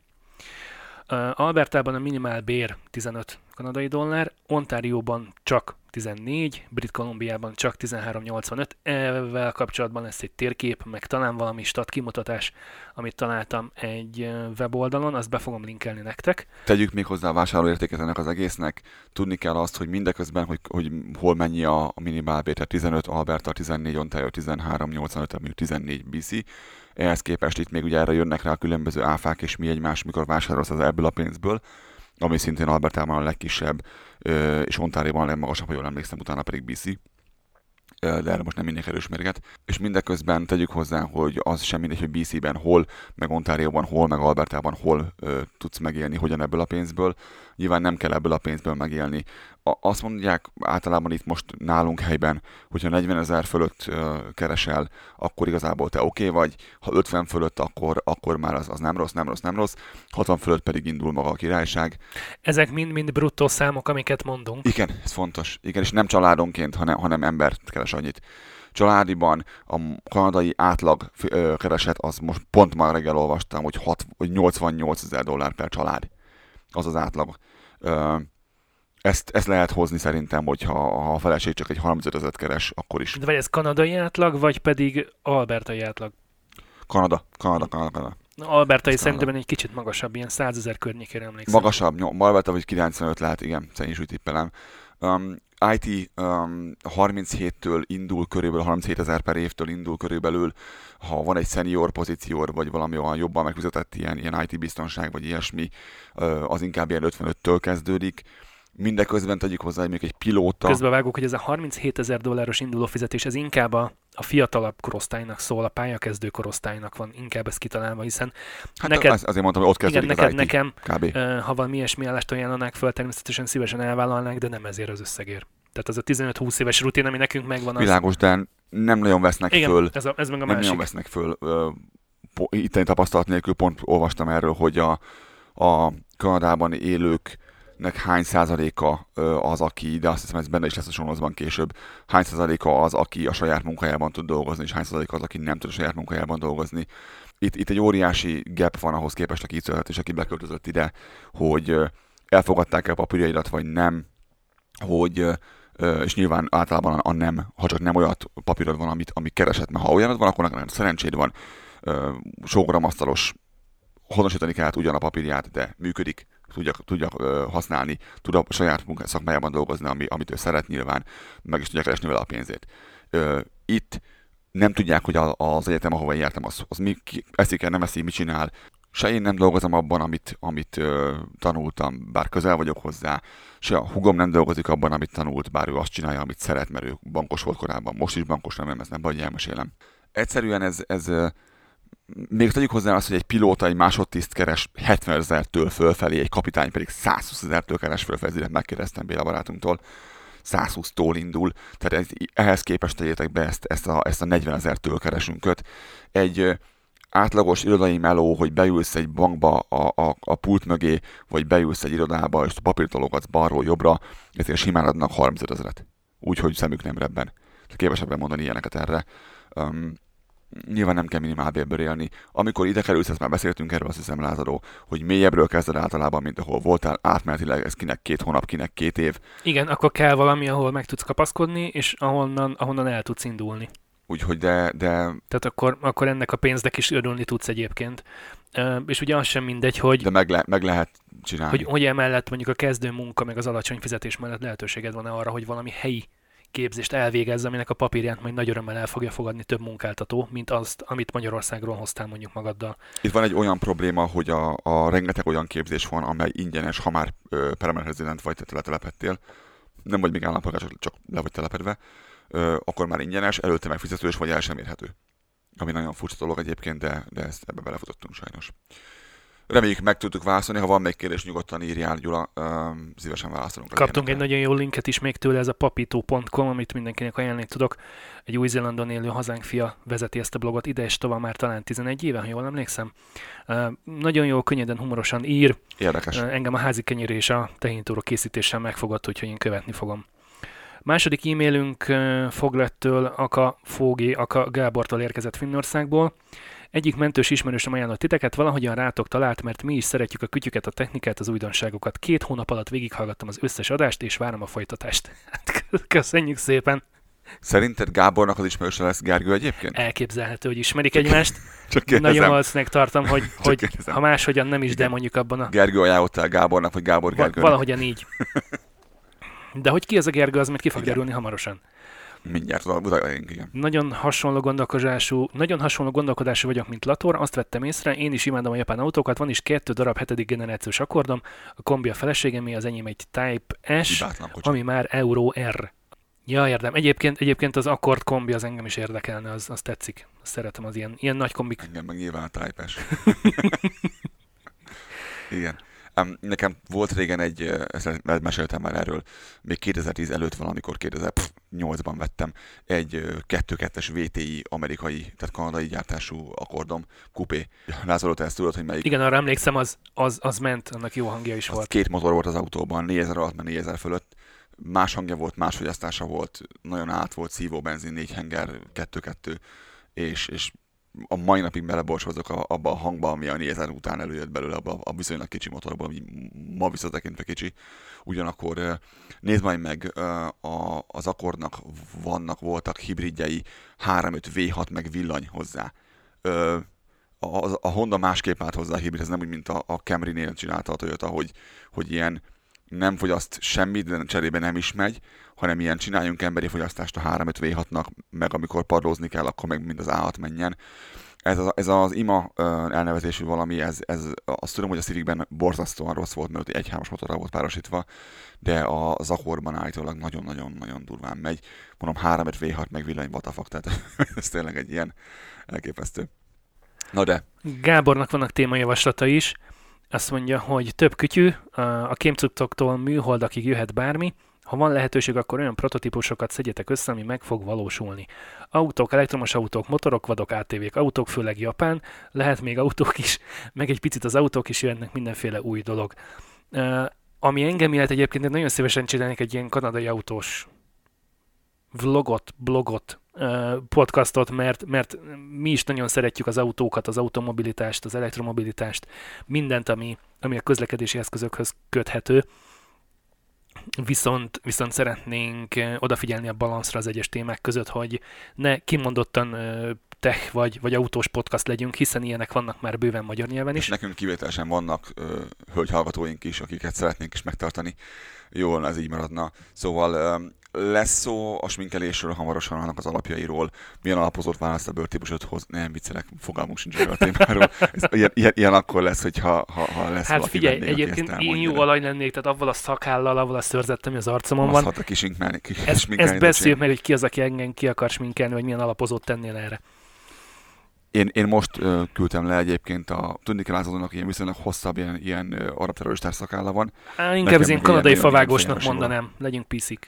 Uh, Albertában a minimál bér tizenöt kanadai dollár, Ontárióban csak tizennégy, Brit Kolumbiában csak tizenhárom nyolcvanöt. Ezzel kapcsolatban lesz egy térkép, meg talán valami stat kimutatás, amit találtam egy weboldalon, azt be fogom linkelni nektek. Tegyük még hozzá a vásárlóértéket ennek az egésznek. Tudni kell azt, hogy mindeközben, hogy, hogy hol mennyi a minimálbér, tehát tizenöt Alberta, tizennégy Ontario, tizenhárom nyolcvanöt, mondjuk tizennégy bé cé. Ehhez képest itt még ugye erre jönnek rá a különböző áfák és mi egymás, mikor vásárolsz az ebből a pénzből, ami szintén Albertában a legkisebb, és Ontárióban a legmagasabb, ha jól emlékszem, utána pedig bé cé. De erre most nem mindenki erős mérget. És mindeközben tegyük hozzá, hogy az sem mindegy, hogy bé cé-ben hol, meg Ontárióban hol, meg Albertában hol ö, tudsz megélni, hogyan ebből a pénzből. Nyilván nem kell ebből a pénzből megélni. A, azt mondják általában itt most nálunk helyben, hogyha negyvenezer fölött ö, keresel, akkor igazából te oké okay vagy, ha ötven fölött, akkor, akkor már az, az nem rossz, nem rossz, nem rossz, hatvan fölött pedig indul maga a királyság. Ezek mind-mind bruttó számok, amiket mondunk. Igen, ez fontos. Igen, és nem családonként, hanem, hanem embert keres annyit. Családiban a kanadai átlag ö, kereset, az most pont már reggel olvastam, hogy, hat, hogy nyolcvannyolc ezer dollár per család. Az az átlag. Ö, Ezt, ezt lehet hozni szerintem, hogyha ha a feleség csak egy harmincöt ezret keres, akkor is. De vagy ez kanadai átlag, vagy pedig albertai átlag? Kanada, Kanada, Kanada, Kanada. Albertai szerintem egy kicsit magasabb, ilyen százezer környékére emlékszem. Magasabb, Alberta vagy kilencvenöt lehet, igen, szerintem is úgy tippelem. Um, í té um, harminchéttől indul körülbelül, harminchét ezer per évtől indul körülbelül, ha van egy senior pozíció, vagy valami olyan jobban megfizetett ilyen, ilyen í té biztonság, vagy ilyesmi, az inkább ilyen ötvenöttől kezdődik. Mindeközben tegyük hozzá, hogy még egy pilóta... Közbevágok, hogy ez a harminchét ezer dolláros induló fizetés, ez inkább a, a fiatalabb korosztálynak szól, a pályakezdő korosztálynak van inkább ez kitalálva, hiszen hát neked... Az, azért mondtam, hogy ott kezdődik igen, az neked, í té, nekem, kb. Ha valami ilyesmi állást ajánlanák föl, természetesen szívesen elvállalnánk, de nem ezért az összegért. Tehát az a tizenöt-húsz éves rutin, ami nekünk megvan. Az... Világos, de nem nagyon vesznek igen, föl. Ez, a, ez meg a nem másik. nagyon vesznek föl. Itteni tapasztalat nélkül pont olvastam erről, hogy a, a Kanadában élők hány százaléka az, aki, de azt hiszem ez benne is lesz a sonozban később, hány százaléka az, aki a saját munkájában tud dolgozni, és hány százaléka az, aki nem tud a saját munkájában dolgozni. Itt, itt egy óriási gap van ahhoz képest, aki itt született, és aki beköltözött ide, hogy elfogadták-e a papírjaidat, vagy nem, hogy, és nyilván általában a nem, ha csak nem olyat papírod van, amit, ami keresett, mert ha olyanod van, akkor neked szerencséd van, sógoramasztalos, honosítani kellett ugyan a papírját, de működik, tudja, tudja uh, használni, tud a saját munka, szakmájában dolgozni, ami, amit ő szeret nyilván, meg is tudja keresni vele a pénzét. Uh, itt nem tudják, hogy a, az egyetem, ahova jártam, az, az mi, ki, eszik-e, nem eszik, mit csinál. se én nem dolgozom abban, amit, amit ö, tanultam, bár közel vagyok hozzá, se a hugom nem dolgozik abban, amit tanult, bár ő azt csinálja, amit szeret, mert ő bankos volt korábban, most is bankos, nem, ez nem baj, elmesélem. Egyszerűen ez, ez ö, még tegyük hozzá azt, hogy egy pilóta, egy másodtiszt keres hetvenezertől fölfelé, egy kapitány pedig százhúszezertől keres fölfelé, ezért megkérdeztem Béla barátunktól, százhúsztól indul, tehát ez, ehhez képest tegyétek be ezt, ezt a, ezt a negyvenezertől keresünköt. Egy ö, átlagos irodai meló, hogy beülsz egy bankba a, a, a pult mögé, vagy beülsz egy irodába, és a papírt tologatsz balról jobbra, ezért simán adnak harmincöt ezeret. Úgyhogy szemük nem rebben. Képesebben mondani ilyeneket erre. Um, nyilván nem kell minimálbérből élni. Amikor ide kerülsz, ezt már beszéltünk erről, azt hiszem Lázadó, hogy mélyebbről kezded általában, mint ahol voltál, átmenetileg ez kinek két hónap, kinek két év. Igen, akkor kell valami, ahol meg tudsz kapaszkodni, és ahonnan, ahonnan el tudsz indulni. Úgyhogy de, de... Tehát akkor, akkor ennek a pénznek is örülni tudsz egyébként. Uh, és ugye az sem mindegy, hogy, De meg, le, meg lehet csinálni. hogy, hogy emellett mondjuk a kezdő munka, meg az alacsony fizetés mellett lehetőséged van arra, hogy valami helyi képzést elvégezz, aminek a papírját majd nagy örömmel el fogja fogadni több munkáltató, mint azt, amit Magyarországról hoztál mondjuk magaddal. Itt van egy olyan probléma, hogy a, a rengeteg olyan képzés van, amely ingyenes, ha már permanent resident vagy, te letelepedtél. Nem vagy még állampolgár, csak, csak le vagy telepedve. Ö, akkor már ingyenes, előtte meg fizetős, vagy el sem érhető. Ami nagyon furcsa dolog egyébként, de, de ezt ebbe belefutottunk sajnos. Reméljük meg tudtuk válaszolni, ha van még kérdés, nyugodtan írjál, Gyula, ö, szívesen válaszolunk. Kaptunk egy nagyon jó linket is még tőle, ez a papito pont com, amit mindenkinek ajánlani tudok. Egy Új-Zélandon élő hazánk fia vezeti ezt a blogot, ide és tovább már talán tizenegy éve, ha jól emlékszem. Uh, nagyon jó, könnyeden, humorosan ír. Érdekes. Uh, engem a házi kenyér és a tehintúró készítéssel megfogott, úgyhogy én követni fogom. Második e-mailünk uh, Foglettől, Aka Fógé, Aka Gábortól érkezett Finnországból. Egyik mentős ismerősöm ajánlott titeket, valahogyan rátok talált, mert mi is szeretjük a kütyüket, a technikát, az újdonságokat. Két hónap alatt végighallgattam az összes adást, és várom a folytatást. Hát köszönjük szépen! Szerinted Gábornak az ismerőse lesz Gergő egyébként? Elképzelhető, hogy ismerik egymást. Csak Nagyon valószínűleg tartom, hogy, hogy kérdezem. ha máshogyan nem is, de mondjuk abban a... Gergő ajánlott el Gábornak, vagy Gábor Gergőnek? Valahogyan így. De hogy ki az a Gergő, az majd ki fog derülni hamarosan. Mindjárt utaljunk, igen. Nagyon hasonló gondolkodású, nagyon hasonló gondolkodású vagyok, mint Lator, azt vettem észre, én is imádom a japán autókat, van is kettő darab hetedik generációs akkordom, a kombi a feleségemé, az enyém egy Type S, ami már Euro R. Ja, érdem. Egyébként, egyébként az akkord kombi az engem is érdekelne, az, az tetszik. Azt szeretem az ilyen, ilyen nagy kombik. Engem meg nyilván a Type S. Igen. Um, nekem volt régen egy, ezt meséltem már erről, még kétezer-tíz előtt valamikor kétezer-nyolcban vettem egy kettő kettes vé té i amerikai, tehát kanadai gyártású akkordom, kupé. Lázoló, te ezt tudod, hogy melyik? Igen, arra emlékszem, az, az, az ment, annak jó hangja is az volt. Két motor volt az autóban, négyezer alatt, meg négyezer fölött. Más hangja volt, más fogyasztása volt, nagyon át volt, szívó benzin, négy henger, kettő kettő, és, és a mai napig beleborsozok a, abba a hangba, ami a négyezer után előjött belőle, abba a viszonylag kicsi motorból, ami ma visszatekintve kicsi. Ugyanakkor nézd majd meg, a, az akkordnak vannak, voltak hibridjei, három öt vé hat meg villany hozzá. A, a Honda másképp állt hozzá a hibrid, ez nem úgy, mint a, a Camry-nél csinálta a Toyota, hogy, hogy ilyen nem fogyaszt semmit, de cserébe nem is megy, hanem ilyen csináljunk emberi fogyasztást a három öt vé hatnak, meg amikor padlózni kell, akkor meg mind az á hat menjen. Ez az, ez az i em á elnevezésű valami, ez, ez, azt tudom, hogy a Civicben borzasztóan rossz volt, mert egy hármas motorral volt párosítva, de az akkordban állítólag nagyon-nagyon-nagyon durván megy. Mondom, három öt vé hat meg villany, what the fuck, tehát ez tényleg egy ilyen elképesztő. Na de. Gábornak vannak témajavaslata is. Azt mondja, hogy több kütyű, a kémcuccoktól műholdakig jöhet bármi. Ha van lehetőség, akkor olyan prototípusokat szedjetek össze, ami meg fog valósulni. Autók, elektromos autók, motorok, vadok, á té vék, autók, főleg japán, lehet még autók is, meg egy picit az autók is jöhetnek, mindenféle új dolog. Uh, ami engem illet egyébként, nagyon szívesen csinálnék egy ilyen kanadai autós vlogot, blogot, uh, podcastot, mert, mert mi is nagyon szeretjük az autókat, az automobilitást, az elektromobilitást, mindent, ami, ami a közlekedési eszközökhöz köthető. Viszont, viszont szeretnénk odafigyelni a balanszra az egyes témák között, hogy ne kimondottan tech vagy, vagy autós podcast legyünk, hiszen ilyenek vannak már bőven magyar nyelven is. És nekünk kivételesen vannak ö, hölgyhallgatóink is, akiket szeretnénk is megtartani. Jól ez így maradna. Szóval ö, Lesz szó a sminkelésről hamarosan, annak az alapjairól, milyen alapozott választ a bőrtípusot hoz. Nem viccelek, fogalmunk sincs erről a témáról. Ez, ilyen, ilyen, ilyen akkor lesz, hogyha ha, ha lesz hát valaki figyelj, vendég, egyébként én jó alany lennék, tehát avval a szakállal, avval a szőrzettem, ami az arcomon van. Azt kisminkálni, Ezt, ezt beszéljük meg, hogy ki az, aki engem ki akar sminkelni, vagy milyen alapozót tennél erre. Én, én most uh, küldtem le egyébként a Tündike Lázadónak ilyen viszonylag hosszabb ilyen, ilyen uh, arab terroristás szakálla Á, inkább az én kanadai favágósnak mondanám, legyünk piszik.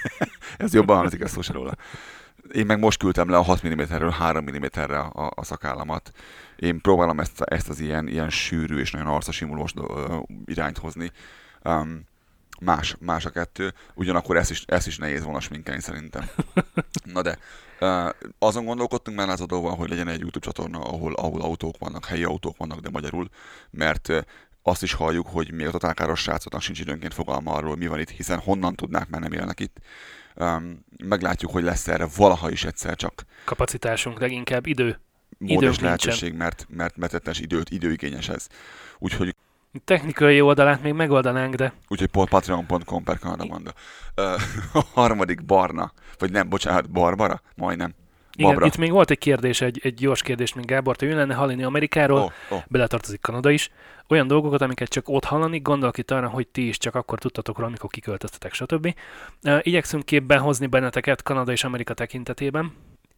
Ez jobban hangzik, ezt szó se róla. Én meg most küldtem le a hat milliméterről három milliméterre a, a szakállamat. Én próbálom ezt, ezt az ilyen, ilyen sűrű és nagyon arcasimulós uh, irányt hozni. Um, más, más a kettő, ugyanakkor ezt is, ezt is nehéz volna sminkelni szerintem. Na de, uh, azon gondolkodtunk már Lázadóval, hogy legyen egy YouTube csatorna, ahol, ahol autók vannak, helyi autók vannak, de magyarul, mert uh, azt is halljuk, hogy még a totálkáros srácoknak sincs időnként fogalma arról, mi van itt, hiszen honnan tudnák, mert nem élnek itt. Um, meglátjuk, hogy lesz erre valaha is egyszer csak kapacitásunk, leginkább idő. Mód és lehetőség, mert, mert metettes időt, időigényes ez. Úgyhogy technikai oldalát még megoldanánk, de... Úgyhogy patreon pont com per Kanada Banda. Uh, a harmadik Barna, vagy nem, bocsánat, Barbara? Majdnem. Igen, Babra. itt még volt egy kérdés, egy, egy gyors kérdés még Gábortól, jön lenne hallani Amerikáról, oh, oh. beletartozik Kanada is, olyan dolgokat, amiket csak ott hallani, gondolok itt arra, hogy ti is csak akkor tudtatok róla, amikor kiköltöztetek, stb. Uh, igyekszünk képben hozni benneteket Kanada és Amerika tekintetében.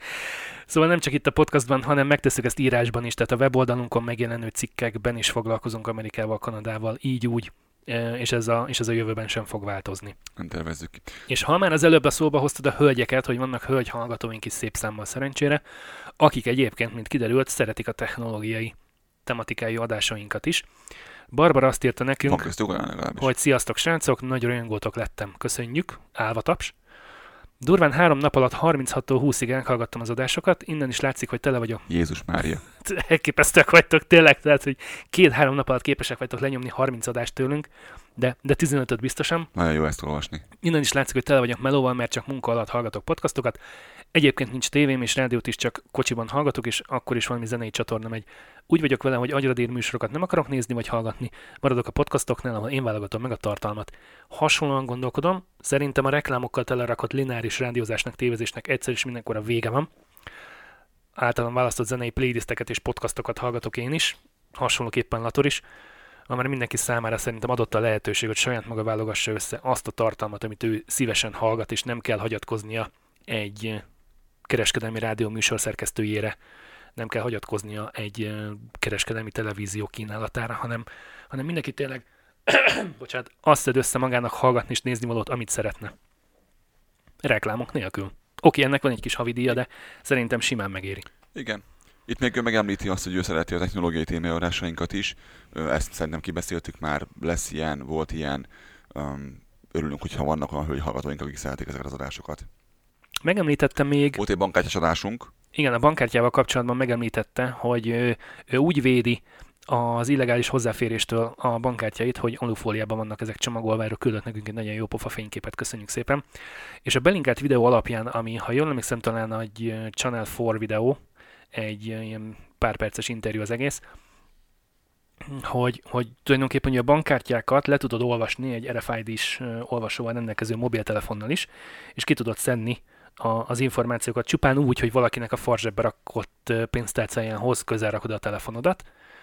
Szóval nem csak itt a podcastban, hanem megtesszük ezt írásban is, tehát a weboldalunkon megjelenő cikkekben is foglalkozunk Amerikával, Kanadával, így úgy, és ez a, és ez a jövőben sem fog változni. Nem tervezzük. És ha már az előbb a szóba hoztad a hölgyeket, hogy vannak hölgy hallgatóink is szép számmal szerencsére, akik egyébként, mint kiderült, szeretik a technológiai tematikájú adásainkat is. Barbara azt írta nekünk, hogy sziasztok srácok, nagy rajongótok lettem. Köszönjük, állva taps. Durván három nap alatt harminchattól húszig elhallgattam az adásokat, innen is látszik, hogy tele vagyok. Jézus Mária. Elképesztőek vagytok tényleg, tehát, hogy két-három nap alatt képesek vagytok lenyomni harminc adást tőlünk, de, de tizenötöt biztosan. Nagyon jó ezt olvasni. Innen is látszik, hogy tele vagyok melóval, mert csak munka alatt hallgatok podcastokat. Egyébként nincs tévém és rádiót is, csak kocsiban hallgatok, és akkor is valami zenei csatorna megy. Úgy vagyok vele, hogy agyradír műsorokat nem akarok nézni vagy hallgatni, maradok a podcastoknál, ahol én válogatom meg a tartalmat. Hasonlóan gondolkodom, szerintem a reklámokkal telerakott lineáris rádiózásnak, tévezésnek egyszer is mindenkor a vége van. Általán választott zenei playlisteket és podcastokat hallgatok én is, hasonlóképpen Lator is, amely mindenki számára szerintem adott a lehetőség, hogy saját maga válogassa össze azt a tartalmat, amit ő szívesen hallgat, és nem kell hagyatkoznia egy kereskedelmi rádió műsorszerkesztőjére, nem kell hagyatkoznia egy kereskedelmi televízió kínálatára, hanem, hanem mindenki tényleg bocsánat, azt szed össze magának hallgatni és nézni valót, amit szeretne. Reklámok nélkül. Oké, ennek van egy kis havidíja, de szerintem simán megéri. Igen. Itt még ő megemlíti azt, hogy ő szereti a technológiai témáadásainkat is. Ezt szerintem kibeszéltük már, lesz ilyen, volt ilyen. Örülünk, hogyha vannak olyan hölgy hallgatóink, akik szeretik ezeket az adásokat. Megemlítette még... Volt egy bankkártyás adásunk. Igen, a bankkártyával kapcsolatban megemlítette, hogy ő, ő úgy védi az illegális hozzáféréstől a bankkártyait, hogy alufóliában vannak ezek csomagolva, erről küldött nekünk egy nagyon jó pofa fényképet, köszönjük szépen. És a belinkelt videó alapján, ami, ha jól emlékszem, talán egy Channel négy videó, egy ilyen pár perces interjú az egész, hogy, hogy tulajdonképpen a bankkártyákat le tudod olvasni egy er ef i dés olvasóval rendelkező mobiltelefonnal is, és ki tudod szedni a, az információkat csupán úgy, hogy valakinek a farzsebbe rakott pénztárcájához közel rakod a telefonodat.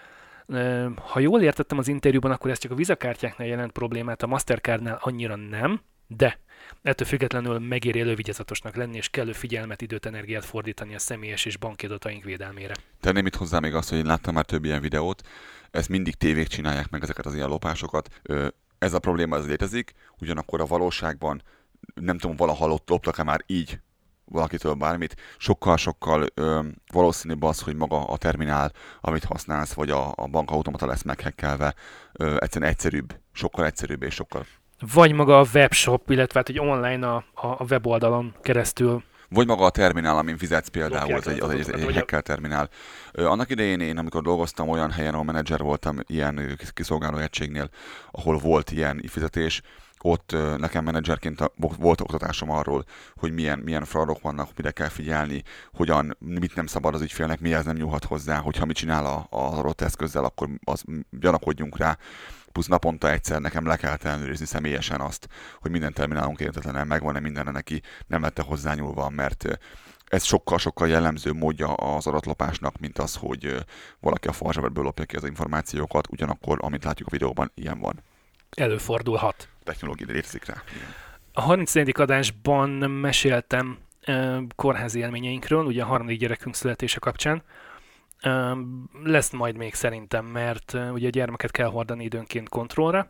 Ha jól értettem az interjúban, akkor ez csak a Visa-kártyáknál jelent problémát, a Mastercardnál annyira nem, de ettől függetlenül megéri elővigyázatosnak lenni, és kellő figyelmet, időt, energiát fordítani a személyes és banki adataink védelmére. Tenném itt hozzá még azt, hogy én láttam már több ilyen videót, ezt mindig tévék csinálják meg ezeket az ilyen lopásokat. Ez a probléma az létezik, ugyanakkor a valóságban nem tudom, valaha loptak-e már így valakitől bármit, sokkal-sokkal ö, valószínűbb az, hogy maga a terminál, amit használsz, vagy a, a bankautomata lesz meghekkelve, ö, egyszerűen egyszerűbb, sokkal egyszerűbb és sokkal... Vagy maga a webshop, illetve hát, hogy online a, a weboldalon keresztül. Vagy maga a terminál, amin fizetsz például, az egy, az egy, egy, egy hekkel terminál. Ö, annak idején én, amikor dolgoztam olyan helyen, ahol menedzser voltam ilyen kiszolgáló egységnél, ahol volt ilyen fizetés, ott nekem menedzserként volt oktatásom arról, hogy milyen, milyen fraudok vannak, mire kell figyelni, hogyan, mit nem szabad az ügyfélnek, mihez nem nyúlhat hozzá, hogyha mit csinál az adott eszközzel, akkor az, gyanakodjunk rá. Plusz naponta egyszer nekem le kellett ellenőrizni személyesen azt, hogy minden terminálunk értetlenül megvan-e mindenre neki, nem lett hozzányúlva, mert ez sokkal-sokkal jellemző módja az adatlopásnak, mint az, hogy valaki a falzsebedből lopja ki az információkat, ugyanakkor, amit látjuk a videóban, ilyen van. Előfordulhat. Technológia létezik rá. Igen. A harmincnegyedik adásban meséltem uh, kórházi élményeinkről, ugye a harmadik gyerekünk születése kapcsán. Uh, lesz majd még szerintem, mert uh, ugye a gyermeket kell hordani időnként kontrollra,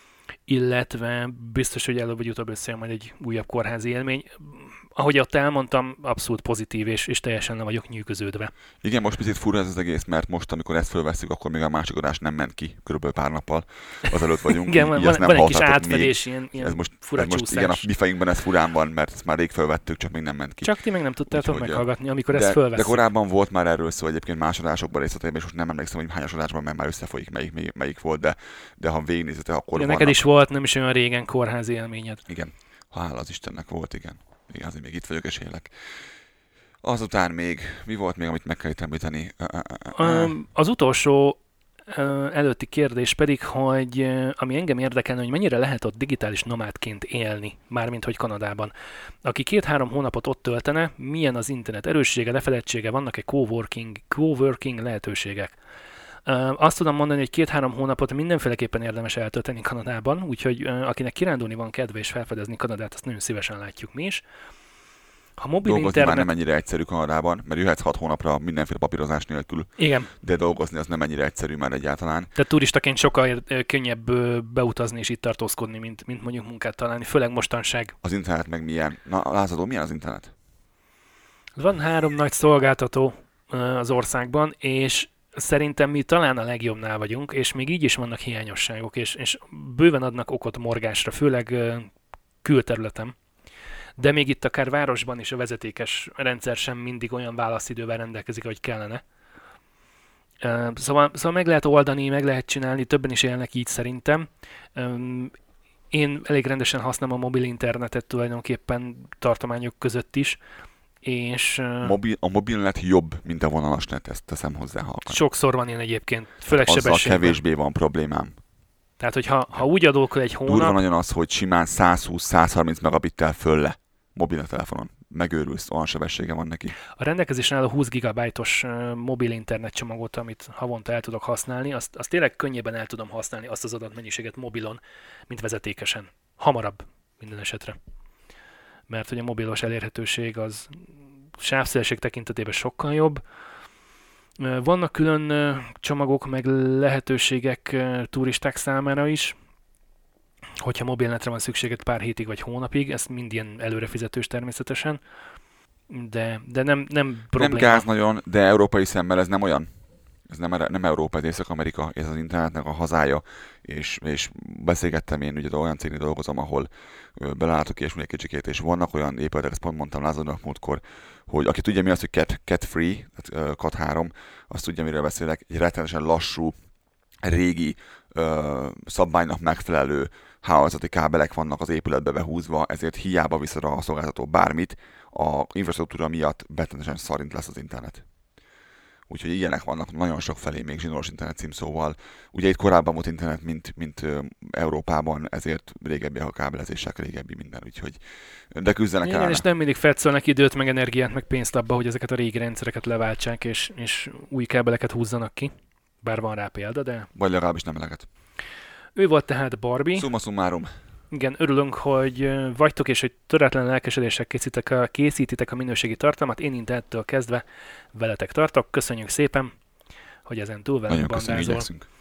illetve biztos, hogy előbb vagy utóbb összejön majd egy újabb kórházi élmény. Ahogy ott elmondtam, abszolút pozitív, és, és teljesen nem vagyok nyűgöződve. Igen, most picit fura ez az egész, mert most, amikor ezt fölveszünk, akkor még a másik adás nem ment ki, körülbelül pár nappal azelőtt vagyunk. Igen, van, van, van egy kis átfedés, ilyen, ilyen ez most, fura ez most, igen, a mi fejünkben ez furán van, mert ezt már rég fölvettük, csak még nem ment ki. Csak ti meg nem tudtátok Úgyhogy, meghallgatni, amikor de, ezt fölveszünk. De korábban volt már erről szó egyébként más adásokban részletében, és most nem emlékszem, hogy hányas adásban, mert már összefolyik, melyik, melyik, melyik volt, de, de ha végignézitek, akkor ja, vannak. Neked is volt nem is olyan régen kórházi élményed. Igen, hála az Istennek volt, igen. Igen, azért még itt vagyok és élek. Azután még, mi volt még, amit meg kell itt említeni? Um, az utolsó uh, előtti kérdés pedig, hogy uh, ami engem érdekelne, hogy mennyire lehet ott digitális nomádként élni, mármint hogy Kanadában. Aki két-három hónapot ott töltene, milyen az internet erőssége, lefedettsége, vannak-e coworking, coworking lehetőségek? Uh, azt tudom mondani, hogy két-három hónapot mindenféleképpen érdemes eltölteni Kanadában, úgyhogy uh, akinek kirándulni van kedve és felfedezni Kanadát, azt nagyon szívesen látjuk mi is. Ha mobil dolgozni internet... már nem ennyire egyszerű Kanadában, mert jöhetsz hat hónapra mindenféle papírozás nélkül. Igen. De dolgozni az nem ennyire egyszerű már egyáltalán. Tehát turistaként sokkal könnyebb beutazni és itt tartózkodni, mint, mint mondjuk munkát találni, főleg mostanság. Az internet meg milyen? Na, Lázadó, milyen az internet? Van három nagy szolgáltató az országban, és szerintem mi talán a legjobbnál vagyunk, és még így is vannak hiányosságok, és, és bőven adnak okot morgásra, főleg külterületen. De még itt akár városban is a vezetékes rendszer sem mindig olyan válaszidővel rendelkezik, ahogy kellene. Szóval, szóval meg lehet oldani, meg lehet csinálni, többen is élnek így szerintem. Én elég rendesen használom a mobil internetet tulajdonképpen tartományok között is, és... Mobil, a mobilnet jobb, mint a vonalas net, ezt teszem hozzá halkan. Sokszor van ilyen egyébként, főleg azzal sebességben. Kevésbé van problémám. Tehát, hogyha ha úgy adok egy hónap... Durva nagyon az, hogy simán száz húsz száz harminc megabittel fölle mobiltelefonon. Megőrülsz, olyan sebessége van neki. A rendelkezésre álló húsz gigabájtos mobil internet csomagot, amit havonta el tudok használni, azt, azt tényleg könnyebben el tudom használni azt az adatmennyiséget mobilon, mint vezetékesen. Hamarabb minden esetre. Mert hogy a mobilos elérhetőség az sávszélesség tekintetében sokkal jobb. Vannak külön csomagok, meg lehetőségek turisták számára is, hogyha mobilnetre van szükséged pár hétig vagy hónapig, ez mind ilyen előrefizetős természetesen, de, de nem, nem probléma. Nem gáz nagyon, de európai szemmel ez nem olyan. Ez nem, nem Európa, ez Észak-Amerika, ez az internetnek a hazája, és, és beszélgettem én, ugye olyan cégnél dolgozom, ahol belelátok és egy kicsikét, és vannak olyan épületek, ezt pont mondtam Lázadónak múltkor, hogy aki tudja mi az, hogy cat, cat free, tehát cat három, azt tudja, miről beszélek, egy rettenetesen lassú, régi ö, szabványnak megfelelő hálózati kábelek vannak az épületbe behúzva, ezért hiába viszed a szolgáltató bármit, a infrastruktúra miatt betlenesen szarint lesz az internet. Úgyhogy ilyenek vannak nagyon sok felé még zsinóros internet címszóval. Ugye itt korábban volt internet, mint, mint ö, Európában, ezért régebbi a kábelezések, régebbi minden, úgyhogy de küzdenek igen, és nem mindig fetszölnek időt, meg energiát, meg pénzt abba, hogy ezeket a régi rendszereket leváltsák, és, és új kábeleket húzzanak ki. Bár van rá példa, de... Vagy legalábbis nem eleget. Ő volt tehát Barbie. Summa summarum. Igen, örülünk, hogy vagytok, és hogy töretlen lelkesedéssel készítitek a, készítitek a minőségi tartalmat. Én intettől kezdve veletek tartok. Köszönjük szépen, hogy ezen túl velünk bandázol.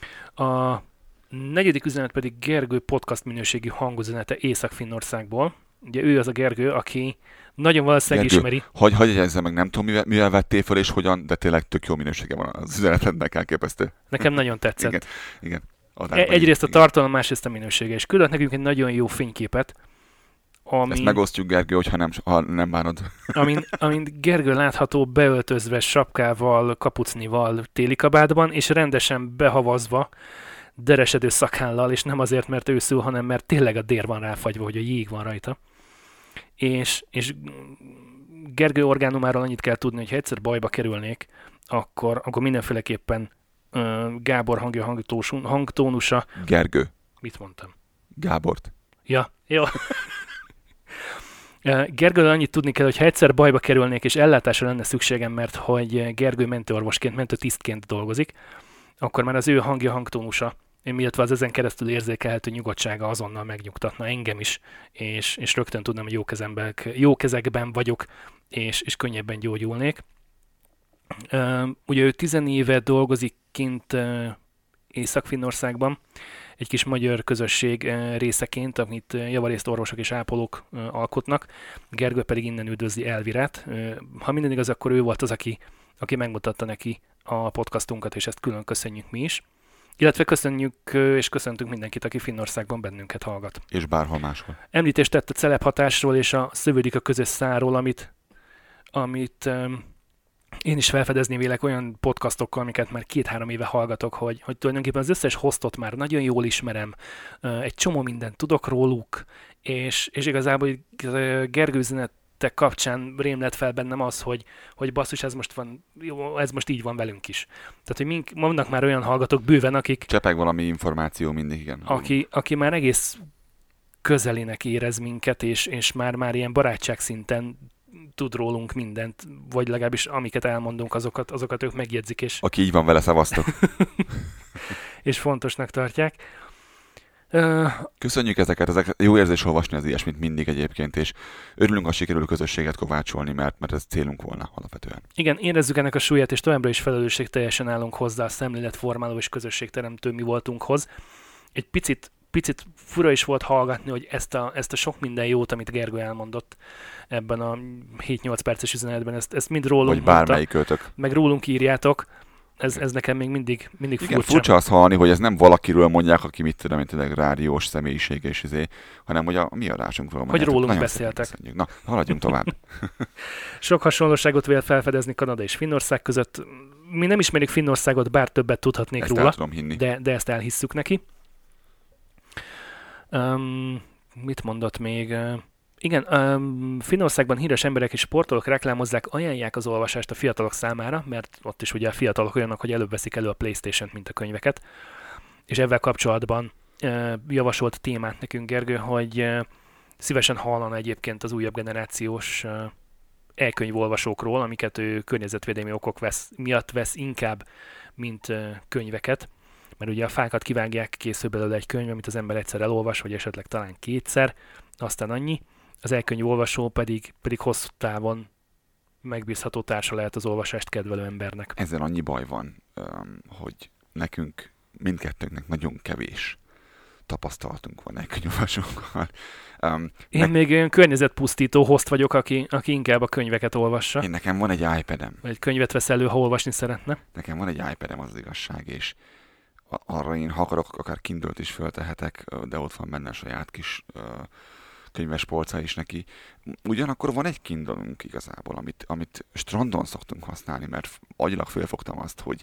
A negyedik üzenet pedig Gergő podcast minőségi hangüzenete Észak-Finnországból. Ugye ő az a Gergő, aki nagyon valószínűleg Gergő, ismeri. Hagy, hagy egyezzem meg, nem tudom, mivel, mivel vettél fel és hogyan, de tényleg tök jó minősége van az üzenetednek, elképesztő. Nekem nagyon tetszett. Igen, igen. E- egyrészt a tartalom, másrészt a minősége. És küldött nekünk egy nagyon jó fényképet. Ami... Ezt megosztjuk, Gergő, hogyha nem, ha nem bánod. Amin, amint Gergő látható beöltözve sapkával, kapucnival téli kabátban, és rendesen behavazva, deresedő szakállal, és nem azért, mert őszül, hanem mert tényleg a dér van ráfagyva, hogy a jég van rajta. És, és Gergő orgánumáról annyit kell tudni, hogy ha egyszer bajba kerülnék, akkor, akkor mindenféleképpen uh, Gábor hangja, hangtós, hangtónusa... Gergő. Mit mondtam? Gábort. Ja, jó. Gergőről annyit tudni kell, hogy ha egyszer bajba kerülnék, és ellátásra lenne szükségem, mert hogy Gergő mentőorvosként, mentőtisztként dolgozik, akkor már az ő hangja, hangtónusa, illetve az ezen keresztül érzékelhető nyugodtsága azonnal megnyugtatna engem is, és, és rögtön tudnám, hogy jó, kezemben, jó kezekben vagyok, és, és könnyebben gyógyulnék. Uh, ugye ő tizenéve dolgozik kint uh, Észak-Finnországban, egy kis magyar közösség uh, részeként, amit uh, javarészt orvosok és ápolók uh, alkotnak. Gergő pedig innen üdvözli Elvirát. Uh, ha minden igaz, akkor ő volt az, aki, aki megmutatta neki a podcastunkat, és ezt külön köszönjük mi is. Illetve köszönjük és köszöntünk mindenkit, aki Finnországban bennünket hallgat. És bárhol máshol. Említést tett a celebhatásról és a szövődik a közös száról, amit, amit um, én is felfedezni vélek olyan podcastokkal, amiket már két-három éve hallgatok, hogy, hogy tulajdonképpen az összes hostot már nagyon jól ismerem, egy csomó mindent tudok róluk, és, és igazából Gergő üzenetek kapcsán rém lett fel bennem az, hogy, hogy basszus, ez most, van, jó, ez most így van velünk is. Tehát, hogy mink, vannak már olyan hallgatók bőven, akik... Csepeg valami információ mindig, igen. Aki, aki már egész közelének érez minket, és, és már, már ilyen barátság szinten tud rólunk mindent, vagy legalábbis amiket elmondunk, azokat, azokat ők megjegyzik, és... Aki így van vele, szavaztok. és fontosnak tartják. Köszönjük ezeket, ezek jó érzés olvasni az ilyesmit mindig egyébként, és örülünk, ha sikerül közösséget kovácsolni, mert, mert ez célunk volna alapvetően. Igen, érezzük ennek a súlyát, és továbbra is felelősség teljesen állunk hozzá a szemléletformáló és közösségteremtő mi voltunkhoz. Egy picit, picit fura is volt hallgatni, hogy ezt a, ezt a sok minden jót, amit Gergő elmondott ebben a hét-nyolc perces üzenetben, ezt, ezt mind rólunk vagy bármelyik őtök. Meg rólunk írjátok. Ez, ez nekem még mindig, mindig igen, furcsa. furcsa azt hallani, hogy ez nem valakiről mondják, aki mit tudom, mint tényleg rádiós személyiség és izé, hanem hogy a mi adásunkról mondják. Hogy rólunk beszéltek. Na, haladjunk tovább. Sok hasonlóságot vél felfedezni Kanada és Finnország között. Mi nem ismerjük Finnországot, bár többet tudhatnék ezt róla, el tudom hinni. De, de ezt elhisszük neki. Um, mit mondott még? Igen, um, Finnországban híres emberek és sportolók reklámozzák, ajánlják az olvasást a fiatalok számára, mert ott is ugye a fiatalok olyanok, hogy előbb veszik elő a PlayStation-t, mint a könyveket. És ezzel kapcsolatban uh, javasolt témát nekünk Gergő, hogy uh, szívesen hallana egyébként az újabb generációs uh, e-könyvolvasókról, amiket ő környezetvédelmi okok vesz, miatt vesz inkább, mint uh, könyveket. Mert ugye a fákat kivágják, készül belőle egy könyv, amit az ember egyszer elolvas, vagy esetleg talán kétszer, aztán annyi. Az e-könyvolvasó pedig, pedig hosszú távon megbízható társa lehet az olvasást kedvelő embernek. Ezzel annyi baj van, hogy nekünk, mindkettőnknek nagyon kevés tapasztalatunk van e-könyvolvasókkal. Én meg... még olyan környezetpusztító host vagyok, aki, aki inkább a könyveket olvassa. Én nekem van egy iPad-em. Vagy egy könyvet vesz elő, ha olvasni szeretne. Nekem van egy iPad-em, az, az igazság, és arra én, ha akarok, akár Kindle-t is föltehetek, de ott van benne a saját kis uh, könyves polca is neki. Ugyanakkor van egy Kindle-ünk igazából, amit, amit strandon szoktunk használni, mert agyilag fölfogtam azt, hogy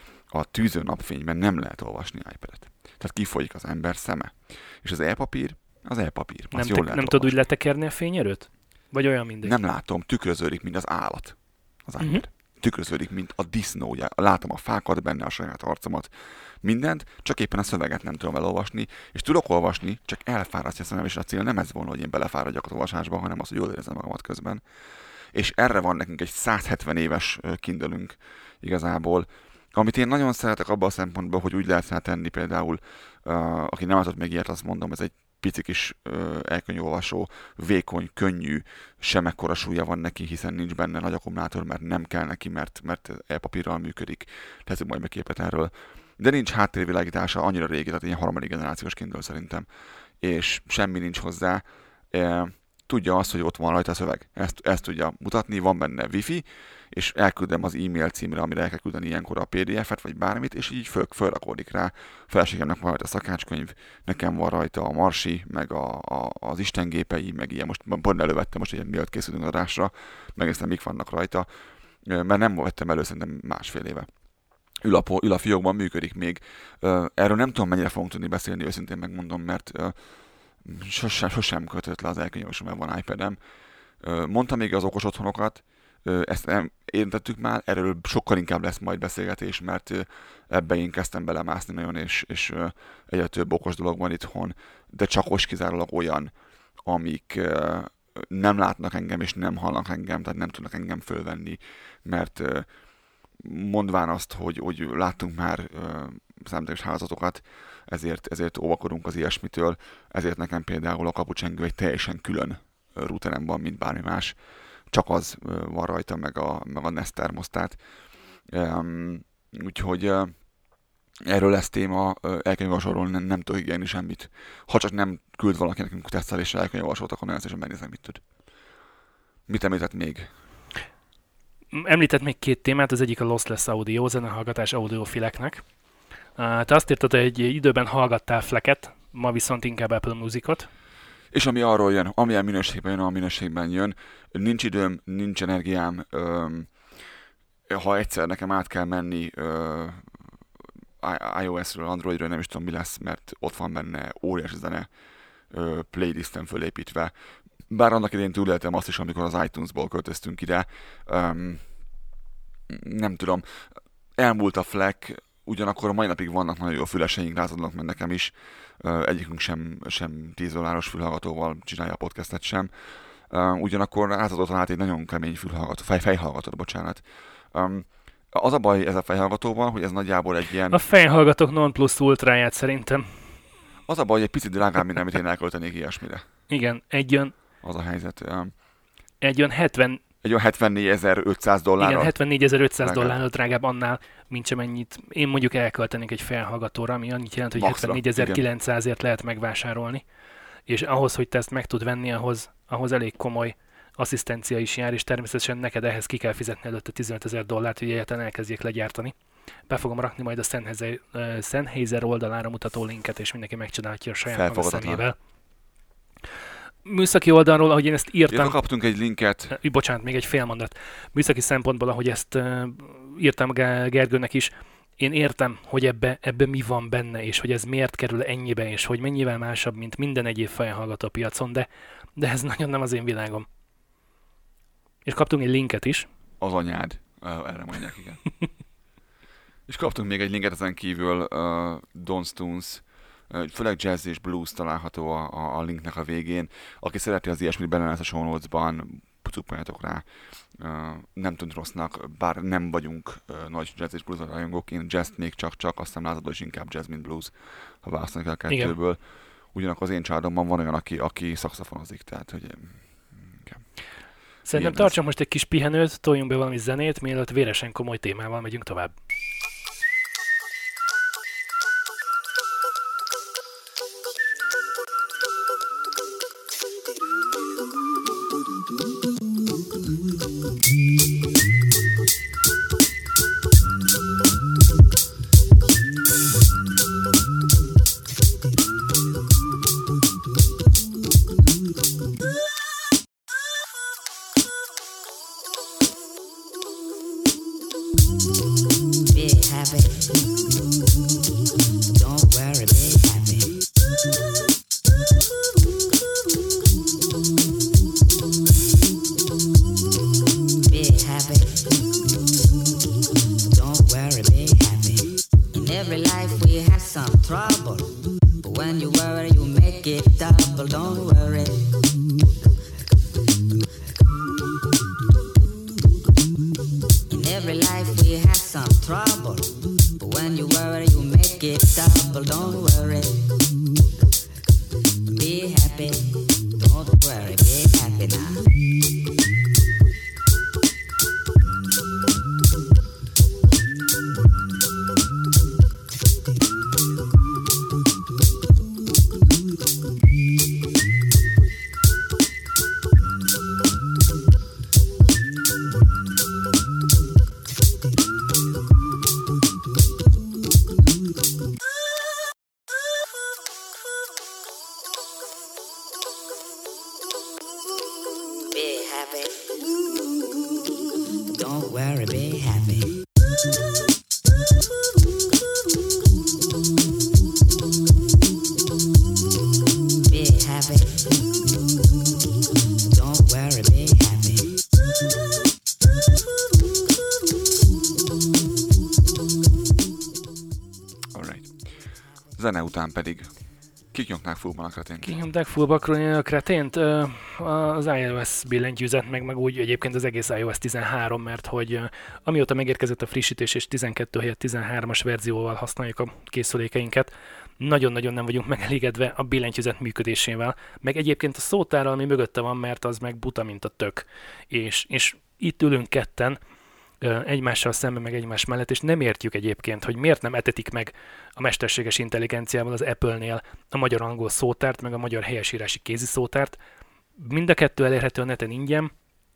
a tűző napfényben nem lehet olvasni iPad-et. Tehát kifolyik az ember szeme. És az e-papír, az e-papír. Nem, te, nem tudod úgy letekerni a fényerőt? Vagy olyan mindegy? Nem látom, tükröződik, mint az állat. Az iPad. Uh-huh. Tükröződik, mint a disznó. Ugye. Látom a fákat benne, a saját arcomat, mindent, csak éppen a szöveget nem tudom elolvasni, és tudok olvasni, csak elfárasztja a szemem, és a cél nem ez volna, hogy én belefáradjak az olvasásba, hanem az, hogy jól érzem magamat közben. És erre van nekünk egy száz hetven éves Kindle-ünk igazából, amit én nagyon szeretek abban a szempontból, hogy úgy lehet tenni például, uh, aki nem látott még ilyet, azt mondom, ez egy pici kis uh, elkönyvolvasó, vékony, könnyű, semekkora súlya van neki, hiszen nincs benne nagy akkumulátor, mert nem kell neki, mert, mert e-papírral működik. Tesszük majd meg képet erről. De nincs háttérvilágítása, annyira régi, tehát ilyen harmadik generációs Kindle szerintem. És semmi nincs hozzá. E, tudja azt, hogy ott van rajta a szöveg. Ezt, ezt tudja mutatni, van benne wifi, és elküldem az e-mail címre, amire el kell küldeni ilyenkor a pé dé ef-et, vagy bármit, és így föl, fölrakódik rá. Feleségemnek van rajta a szakácskönyv, nekem van rajta a Marsi, meg a, a, az istengépei, meg ilyen, most pont elővettem, most egy mielőtt készülünk adásra, megnéztem, mik vannak rajta, mert nem vettem elő szerintem másfél éve. ül a, ül a fiókban, működik még. Erről nem tudom, mennyire fogunk tudni beszélni, őszintén megmondom, mert sosem, sosem kötött le az elkönyvelésom, mert van iPad-em. Mondta még az okos otthonokat, ezt nem érintettük már, erről sokkal inkább lesz majd beszélgetés, mert ebbe én kezdtem belemászni nagyon, és, és egyre több okos dolog van itthon, de csak most kizárólag olyan, amik nem látnak engem, és nem hallnak engem, tehát nem tudnak engem fölvenni, mert mondván azt, hogy, hogy láttunk már számítógépes hálózatokat, ezért, ezért óvakodunk az ilyesmitől, ezért nekem például a kapucsengő egy teljesen külön routerem van, mint bármi más, csak az van rajta, meg a, meg a Nest termosztát. Um, úgyhogy uh, erről lesz téma, uh, elkönyvolvasóról nem, nem tudok ígérni semmit. Ha csak nem küld valaki nekünk tesztelésre elkönyvolvasót, akkor nagyon szépen megnézem, mit tud. Mit említett még? Említett még két témát, az egyik a lossless audio, zenehallgatás audiofileknek. Uh, te azt írtad, hogy egy időben hallgattál Flecket, ma viszont inkább Apple Musicot. És ami arról jön, amilyen minőségben jön, a minőségben jön. Nincs időm, nincs energiám. Öm, ha egyszer nekem át kell menni ö, iOS-ről, Androidről, nem is tudom mi lesz, mert ott van benne óriási zene ö, playlisten fölépítve. Bár annak idején túléltem azt is, amikor az iTunes-ból költöztünk ide. Öm, nem tudom. Elmúlt a Fleck, ugyanakkor a mai napig vannak nagyon jó füleseink, látodnak meg nekem is. Uh, egyikünk sem, sem tíz dolláros fülhallgatóval csinálja a podcastet sem. Uh, ugyanakkor átadott talált egy nagyon kemény fülhallgató, fej, fejhallgatót, bocsánat. Um, az a baj ez a fejhallgatóval, hogy ez nagyjából egy ilyen... A fejhallgatók non plus ultráját szerintem. Az a baj, hogy egy picit drágább, mint amit én elköltenék ilyesmire. Igen, egy jön... Az a helyzet. Um, egy jön hetven... Egy olyan hetvennégyezer-ötszáz dollárra. Igen, hetvennégyezer-ötszáz dollárra drágább annál, mint sem ennyit én mondjuk elköltenék egy fejhallgatóra, ami annyit jelent, hogy hetvennégyezer-kilencszázért lehet megvásárolni. És ahhoz, hogy te ezt meg tud venni, ahhoz, ahhoz elég komoly asszisztencia is jár, és természetesen neked ehhez ki kell fizetni előtte tizenötezer dollárt, hogy egyáltalán elkezdjék legyártani. Be fogom rakni majd a Sennheiser, uh, Sennheiser oldalára mutató linket, és mindenki megcsinálhatja a saját maga szemével. Műszaki oldalról, ahogy én ezt írtam... Jövő kaptunk egy linket. Bocsánat, még egy fél mondat. Műszaki szempontból, ahogy ezt uh, írtam Gergőnek is, én értem, hogy ebbe, ebbe mi van benne, és hogy ez miért kerül ennyibe, és hogy mennyivel másabb, mint minden egyéb fejhallgató a piacon, de, de ez nagyon nem az én világom. És kaptunk egy linket is. Az anyád. Uh, erre mondják, igen. És kaptunk még egy linket ezen kívül, uh, Don Stones, főleg jazz és blues található a, a, a linknek a végén. Aki szereti az ilyesmit, benne lesz a show notes-ban, pucupoljatok rá. Uh, nem tűnt rossznak, bár nem vagyunk uh, nagy jazz és blues rajongók, én jazz még csak-csak, aztán látható is inkább jazz, mint blues, ha választani kell a kettőből. Ugyanakkor az én családomban van olyan, aki, aki szaxofonozik, tehát hogy... Igen. Szerintem tartsunk most egy kis pihenőt, toljunk be valami zenét, mielőtt véresen komoly témával megyünk tovább. Don't worry, be happy. Zene után pedig kik nyomták fullban a kretént? Kik nyomták fullba a kretént? Az iOS billentyűzet, meg, meg úgy egyébként az egész iOS tizenhárom, mert hogy amióta megérkezett a frissítés és tizenkettő helyett tizenhármas verzióval használjuk a készülékeinket, nagyon-nagyon nem vagyunk megelégedve a billentyűzet működésével, meg egyébként a szótárral, ami mögötte van, mert az meg buta, mint a tök. És, és itt ülünk ketten, egymással szemben, meg egymás mellett, és nem értjük egyébként, hogy miért nem etetik meg a mesterséges intelligenciával az Apple-nél a magyar-angol szótárt, meg a magyar helyesírási kézi szótárt. Mind a kettő elérhető a neten ingyen,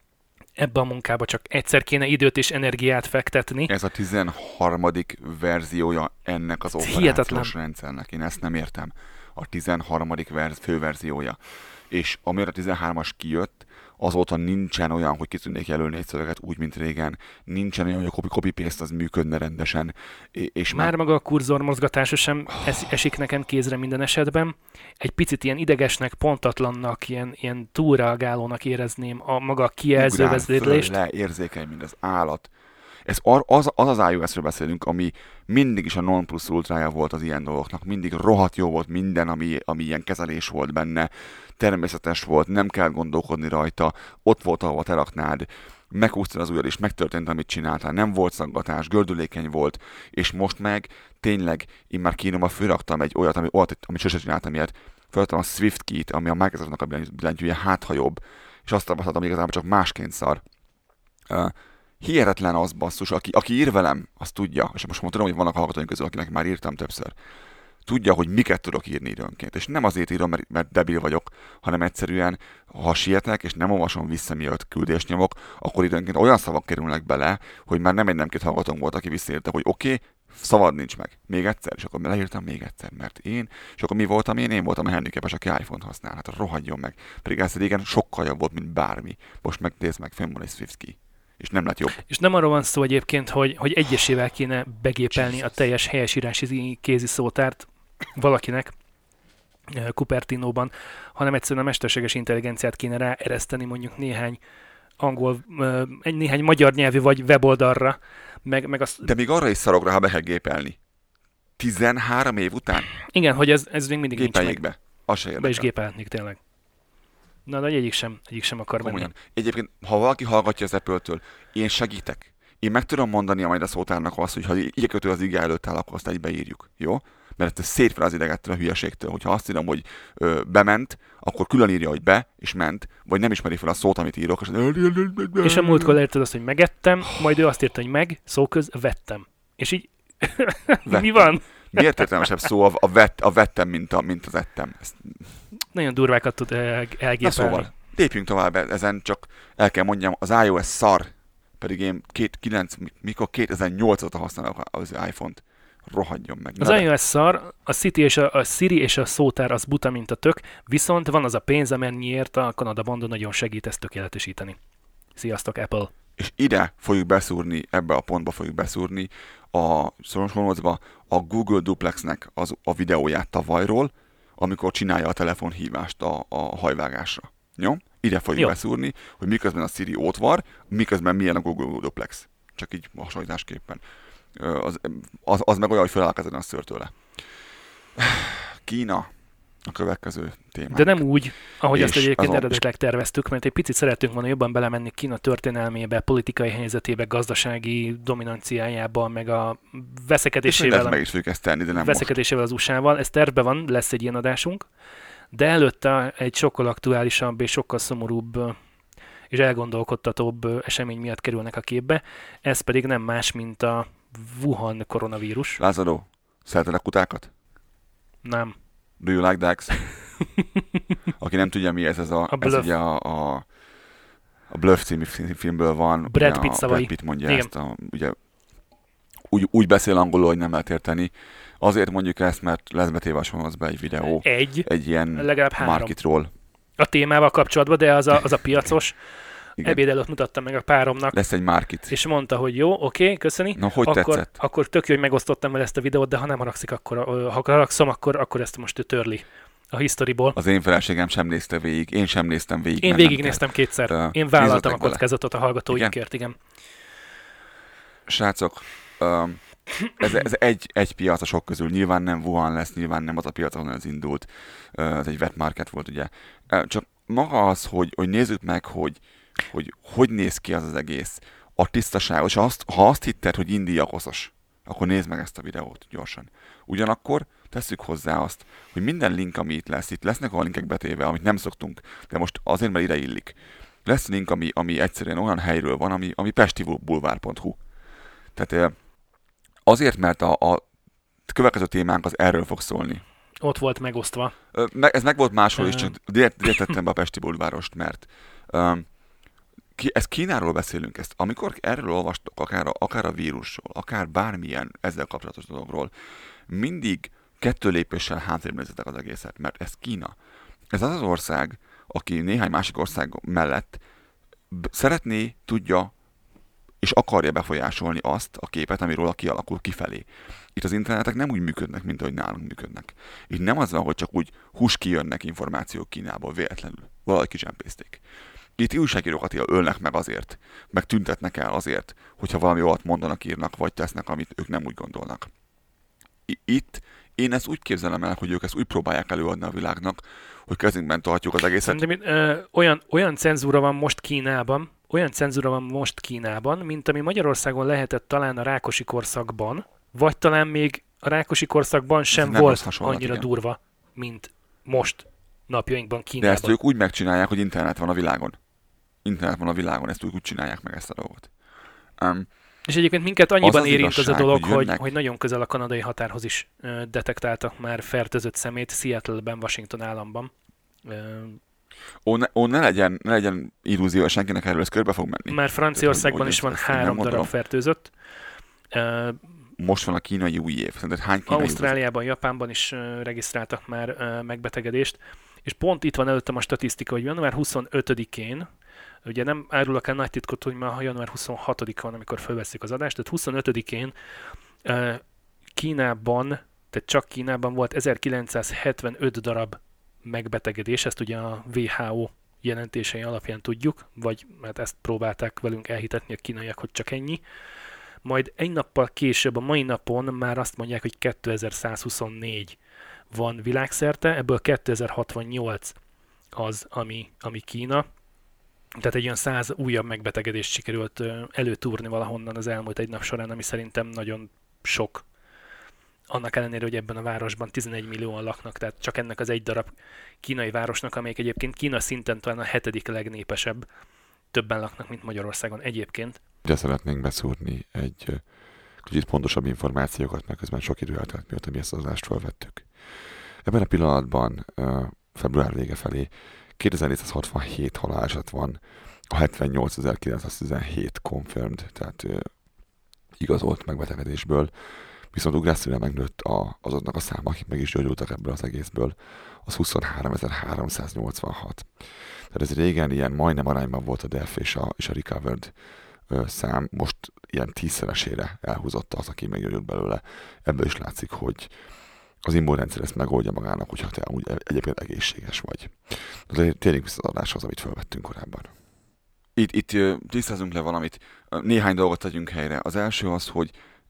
ebbe a munkába csak egyszer kéne időt és energiát fektetni. Ez a tizenharmadik verziója ennek az operációs rendszernek. Én ezt nem értem. A tizenharmadik verz, főverziója. És amire a tizenhármas kijött, azóta nincsen olyan, hogy ki tudnék jelölni egy szöveget úgy, mint régen. Nincsen olyan, hogy a copy-paste az működne rendesen. És már, már maga a kurzor mozgatása sem es- esik nekem kézre minden esetben. Egy picit ilyen idegesnek, pontatlannak, ilyen, ilyen túlreagálónak érezném a maga kijelző vezérlést. Le, érzékeny, mint az állat. Ez az, az az iOS-ről beszélünk, ami mindig is a non plus ultrája volt az ilyen dolgoknak. Mindig rohadt jó volt minden, ami, ami ilyen kezelés volt benne. Természetes volt, nem kell gondolkodni rajta. Ott volt, ahova te raknád. Meghúztad az ujjad, és megtörtént, amit csináltál. Nem volt szaggatás, gördülékeny volt. És most meg tényleg, én már kínomba fölraktam egy olyat, ami, olyat, amit sose csináltam ilyet. Fölraktam a Swift Key-t, ami a Microsoftnak a billentyűje, hát ha jobb. És azt tapasztaltam, hogy igazából csak másként szar. Uh, Hihetetlen az basszus, aki, aki ír velem, azt tudja, és most tudom, hogy vannak hallgatóink közül, akinek már írtam többször, tudja, hogy miket tudok írni időnként. És nem azért írom, mert, mert debil vagyok, hanem egyszerűen, ha sietek, és nem olvasom vissza, mielőtt küldést nyomok, akkor időnként olyan szavak kerülnek bele, hogy már nem egy nem két hallgatónk volt, aki visszaírta, hogy oké, okay, szavad nincs meg. Még egyszer, és akkor leírtam még egyszer, mert én, és akkor mi voltam én? Én voltam a handicapes, aki iPhone-t használ. Hát rohadjon meg. Pedig ez régen sokkal jobb volt, mint bármi. Most meg nézd meg, fenn van egy Swift Key. És nem lett jobb. És nem arról van szó egyébként, hogy, hogy egyesével kéne begépelni a teljes helyesírási kézi szótárt valakinek Cupertinóban, hanem egyszerűen a mesterséges intelligenciát kéne ráereszteni mondjuk néhány angol, egy néhány magyar nyelvű vagy weboldalra. Meg, meg az... De még arra is szarok rá, ha be kell gépelni. tizenhárom év után? Igen, hogy ez, ez még mindig Gépeljék nincs meg. be. Az se érdekel. Be is gépelhetnék tényleg. Na, de egyik sem, egyik sem akar Komolyan. menni. Egyébként, ha valaki hallgatja az Apple-től, én segítek. Én meg tudom mondani a majd a szótárnak azt, hogy ha igekötő az ige előtt áll, akkor azt egybeírjuk. Jó? Mert ez szétfel az idegettől a hülyeségtől. Hogyha azt írom, hogy ö, bement, akkor külön írja, hogy be, és ment, vagy nem ismeri fel a szót, amit írok. És, és a múltkor érted azt, hogy megettem, majd ő azt írta, hogy meg, szóköz, vettem. És így mi van? Miért értelmesebb szó a, a, vett, a vettem, mint, a, mint az ettem? Ezt... Nagyon durvákat tud elgépelni. Na szóval, lépjünk tovább ezen, csak el kell mondjam, az iOS szar, pedig én két, kilenc, mikor kétezer-nyolc óta használok az iPhone-t. Rohadjon meg. Az iOS szar, a Siri, és a, a Siri és a szótár az buta, mint a tök, viszont van az a pénz, amennyiért a Kanada Bandon nagyon segít ezt tökéletesíteni. Sziasztok, Apple! És ide fogjuk beszúrni, ebbe a pontba fogjuk beszúrni a szorosonolcba a Google Duplexnek az, a videóját tavalyról, amikor csinálja a telefonhívást a, a hajvágásra. Jó? Ide fogjuk Jó. beszúrni, hogy miközben a Siri ott van, miközben milyen a Google Duplex. Csak így hasonlításképpen. Az, az, az meg olyan, hogy felállkezzen a szőr tőle. Kína a következő témánk. De nem úgy, ahogy és azt egyébként az eredetileg terveztük, mert egy picit szeretünk volna jobban belemenni Kína történelmébe, politikai helyzetébe, gazdasági dominanciájába, meg a veszekedésével, meg is fogjuk ezt tenni, de nem veszekedésével az u es á-val. Ez tervben van, lesz egy ilyen adásunk, de előtte egy sokkal aktuálisabb és sokkal szomorúbb és elgondolkodtatóbb esemény miatt kerülnek a képbe. Ez pedig nem más, mint a Wuhan koronavírus. Lázadó, szereted a kutákat? Nem. Do you like dogs? Aki nem tudja, mi ez, ez, a, a ez ugye a, a, a Bluff című filmből van. Brad Pitt szavai. Brad Pitt mondja Igen. ezt. A, ugye, úgy, úgy beszél angolul, hogy nem lehet érteni. Azért mondjuk ezt, mert lesz betéve be egy videó. Egy. Egy ilyen marketról. A témával kapcsolatban, de az a, az a piacos. Igen. Ebéd előtt mutattam meg a páromnak. Lesz egy market. És mondta, hogy jó, oké, okay, köszöni. Na, hogy akkor, tetszett? Akkor tök jó, hogy megosztottam vele ezt a videót, de ha nem haragszik, akkor, ha haragszom, akkor, akkor ezt most ő törli a historyból. Az én feleségem sem nézte végig, én sem néztem végig. Én végignéztem kétszer. De én vállaltam a kockázatot a hallgatóinkért, igen. Srácok, um, ez, ez egy, egy piac a sok közül. Nyilván nem Wuhan lesz, nyilván nem az a piac, ahol ez indult. Ez egy wet market volt, ugye. Csak maga az, hogy, hogy nézzük meg, hogy, hogy hogy néz ki az az egész. A tisztaságos. Azt, ha azt hitted, hogy India koszos, akkor nézd meg ezt a videót gyorsan. Ugyanakkor tesszük hozzá azt, hogy minden link, ami itt lesz, itt lesznek a linkek betéve, amit nem szoktunk, de most azért, mert ide illik. Lesz link, ami, ami egyszerűen olyan helyről van, ami, ami pestibulvár pont hu. Tehát azért, mert a, a következő témánk az erről fog szólni. Ott volt megosztva. Ez meg volt máshol is, csak direkt, direkt tettem be a Pesti Bulvárost, mert um, ki, ezt Kínáról beszélünk, ezt amikor erről olvastok, akár a, akár a vírusról, akár bármilyen ezzel kapcsolatos dologról, mindig kettő lépéssel hátrébb nézzetek az egészet, mert ez Kína. Ez az az ország, aki néhány másik ország mellett szeretné, tudja és akarja befolyásolni azt a képet, amiről a kialakul kifelé. Itt az internetek nem úgy működnek, mint ahogy nálunk működnek. Itt nem az van, hogy csak úgy hús kijönnek információk Kínából véletlenül. Valahogy kicsempészték. Itt újságírókat ölnek meg azért, meg tüntetnek el azért, hogyha valami olyat mondanak, írnak, vagy tesznek, amit ők nem úgy gondolnak. Itt én ezt úgy képzelem el, hogy ők ezt úgy próbálják előadni a világnak, hogy kezünkben tartjuk az egészet. Szerintem ö, olyan, olyan cenzúra van most Kínában, olyan cenzúra van most Kínában, mint ami Magyarországon lehetett talán a Rákosi korszakban, vagy talán még a Rákosi korszakban sem volt hasonlat, annyira igen. durva, mint most napjainkban Kínában. De ezt ők úgy megcsinálják, hogy internet van a világon. Internet van a világon, ezt ők úgy csinálják meg ezt a dolgot. Um, És egyébként minket annyiban az az érint igazság, az a dolog, hogy, hogy, hogy nagyon közel a kanadai határhoz is uh, detektáltak már fertőzött szemét Seattle-ben, Washington államban. Uh, Ó, ne, ó, ne legyen, ne legyen illúzió, senkinek erről ez körbe fog menni. Már Franciaországban is van három darab fertőzött. Uh, Most van a kínai új év. Szerinted hány kínai Ausztráliában, új Japánban is uh, regisztráltak már uh, megbetegedést. És pont itt van előttem a statisztika, hogy január huszonötödikén, ugye nem árulok el nagy titkot, hogy ma január huszonhatodika van, amikor felveszik az adást, tehát huszonötödikén uh, Kínában, tehát csak Kínában volt ezerkilencszázhetvenöt darab megbetegedés, ezt ugye a dupla vé há ó jelentései alapján tudjuk, vagy hát ezt próbálták velünk elhitetni a kínaiak, hogy csak ennyi. Majd egy nappal később, a mai napon már azt mondják, hogy kétezer-százhuszonnégy van világszerte, ebből kétezer-hatvannyolc az, ami, ami Kína. Tehát egy olyan száz újabb megbetegedést sikerült előtúrni valahonnan az elmúlt egy nap során, ami szerintem nagyon sok. Annak ellenére, hogy ebben a városban tizenegy millióan laknak, tehát csak ennek az egy darab kínai városnak, amelyik egyébként Kína szinten talán a hetedik legnépesebb, többen laknak, mint Magyarországon egyébként. Ugye szeretnénk beszúrni egy kicsit pontosabb információkat, mert közben sok idő eltelt miatt, mi ezt az adást felvettük. Ebben a pillanatban, február vége felé kétezer-négyszázhatvanhét haláleset van, a hetvennyolcezer-kilencszáztizenhét confirmed, tehát igazolt megbetegedésből. Viszont ugrásszerűen megnőtt a, azoknak a száma, akik meg is gyógyultak ebből az egészből, az huszonháromezer-háromszáznyolcvanhat. Tehát ez régen ilyen majdnem arányban volt a death és a, és a recovered ö, szám, most ilyen tízszeresére elhúzotta az, aki meggyógyult belőle. Ebből is látszik, hogy az immunrendszer ezt megoldja magának, hogyha te amúgy egyébként egészséges vagy. De térjünk vissza az adáshoz, amit felvettünk korábban. Itt, itt tisztázunk le valamit, néhány dolgot tegyünk helyre. Az első az, hogy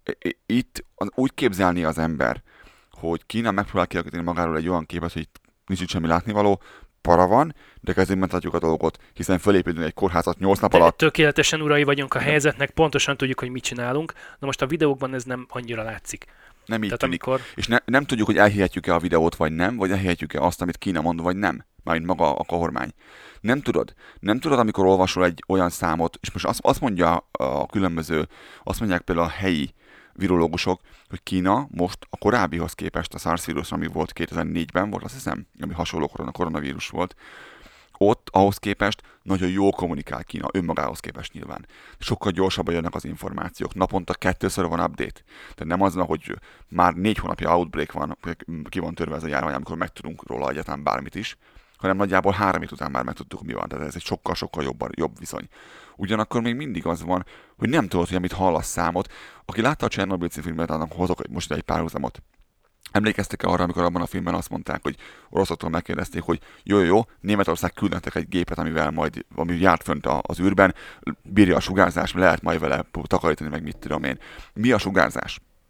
itt úgy képzelni az ember, hogy Kína megpróbál kialakítani magáról egy olyan képet, hogy itt nincs itt semmi látnivaló, para van, de kezünkben tartjuk a dolgot, hiszen fölépítünk egy kórházat nyolc nap alatt. De tökéletesen urai vagyunk a helyzetnek, pontosan tudjuk, hogy mit csinálunk, na most a videókban ez nem annyira látszik. Nem így Tehát tűnik. amikor... És ne, nem tudjuk, hogy elhihetjük-e a videót, vagy nem, vagy elhihetjük-e azt, amit Kína mond, vagy nem. Mármint maga a kormány. Nem tudod. Nem tudod, amikor olvasol egy olyan számot, és most azt, azt mondja a különböző, azt mondják például a helyi virológusok, hogy Kína most a korábbihoz képest a SARS vírus, ami volt kétezer-négyben, volt azt hiszem, ami hasonló korona, koronavírus volt, ott ahhoz képest nagyon jól kommunikál Kína, önmagához képest nyilván. Sokkal gyorsabban jönnek az információk. Naponta kettőször van update. Tehát nem az van, hogy már négy hónapja outbreak van, ki van törve ez a járvány, amikor megtudunk róla egyáltalán bármit is, hanem nagyjából három hét után már megtudtuk, mi van. Tehát ez egy sokkal-sokkal jobb, jobb viszony. Ugyanakkor még mindig az van, hogy nem tudod, hogy amit hallasz számot. Aki látta a Csernobyl című filmet, annak hozok most egy párhuzamot. Emlékeztek-e arra, amikor abban a filmben azt mondták, hogy oroszoktól megkérdezték, hogy jó, jó, jó, Németország küldettek egy gépet, amivel majd, ami járt fönt az űrben, bírja a sugárzás, lehet majd vele takarítani, meg mit tudom én. Mi a sugárzás?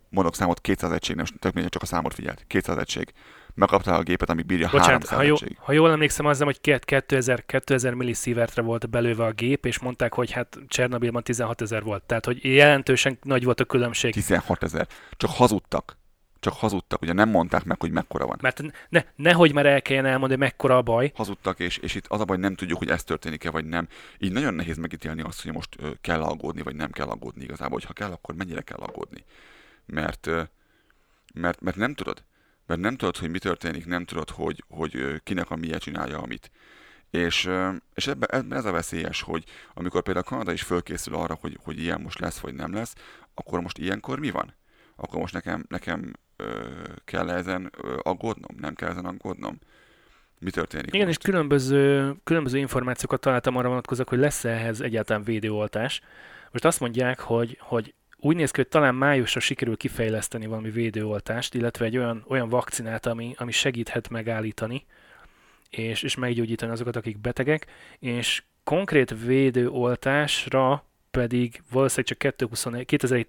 mondok számot, kétszáz egység, nem tök mindegy, csak a számot figyelt. kétszáz egység. Megkaptál a gépet, ami bírja Bocsánat, háromszáz ha, jó, egység. ha jól emlékszem, az nem, hogy kétezer, kétezer millisievertre volt belőve a gép, és mondták, hogy hát Csernobilban tizenhatezer volt. Tehát, hogy jelentősen nagy volt a különbség. tizenhatezer. Csak hazudtak. Csak hazudtak. Ugye nem mondták meg, hogy mekkora van. Mert ne, nehogy már el kelljen elmondani, mekkora a baj. Hazudtak, és, és itt az a baj, nem tudjuk, hogy ez történik-e, vagy nem. Így nagyon nehéz megítélni azt, hogy most ö, kell aggódni, vagy nem kell aggódni igazából. Hogyha kell, akkor mennyire kell aggódni. Mert, ö, mert, mert nem tudod. Mert nem tudod, hogy mi történik, nem tudod, hogy, hogy kinek a milyen csinálja, amit. És, és ebben, ebben ez a veszélyes, hogy amikor például Kanada is fölkészül arra, hogy, hogy ilyen most lesz, vagy nem lesz, akkor most ilyenkor mi van? Akkor most nekem, nekem ö, kell ezen ö, aggódnom? Nem kell ezen aggódnom? Mi történik? Igen, most? és különböző, különböző információkat találtam arra vonatkozók, hogy lesz ehhez egyáltalán védőoltás. Most azt mondják, hogy, hogy úgy néz ki, hogy talán májusra sikerül kifejleszteni valami védőoltást, illetve egy olyan, olyan vakcinát, ami, ami segíthet megállítani, és, és meggyógyítani azokat, akik betegek, és konkrét védőoltásra pedig valószínűleg csak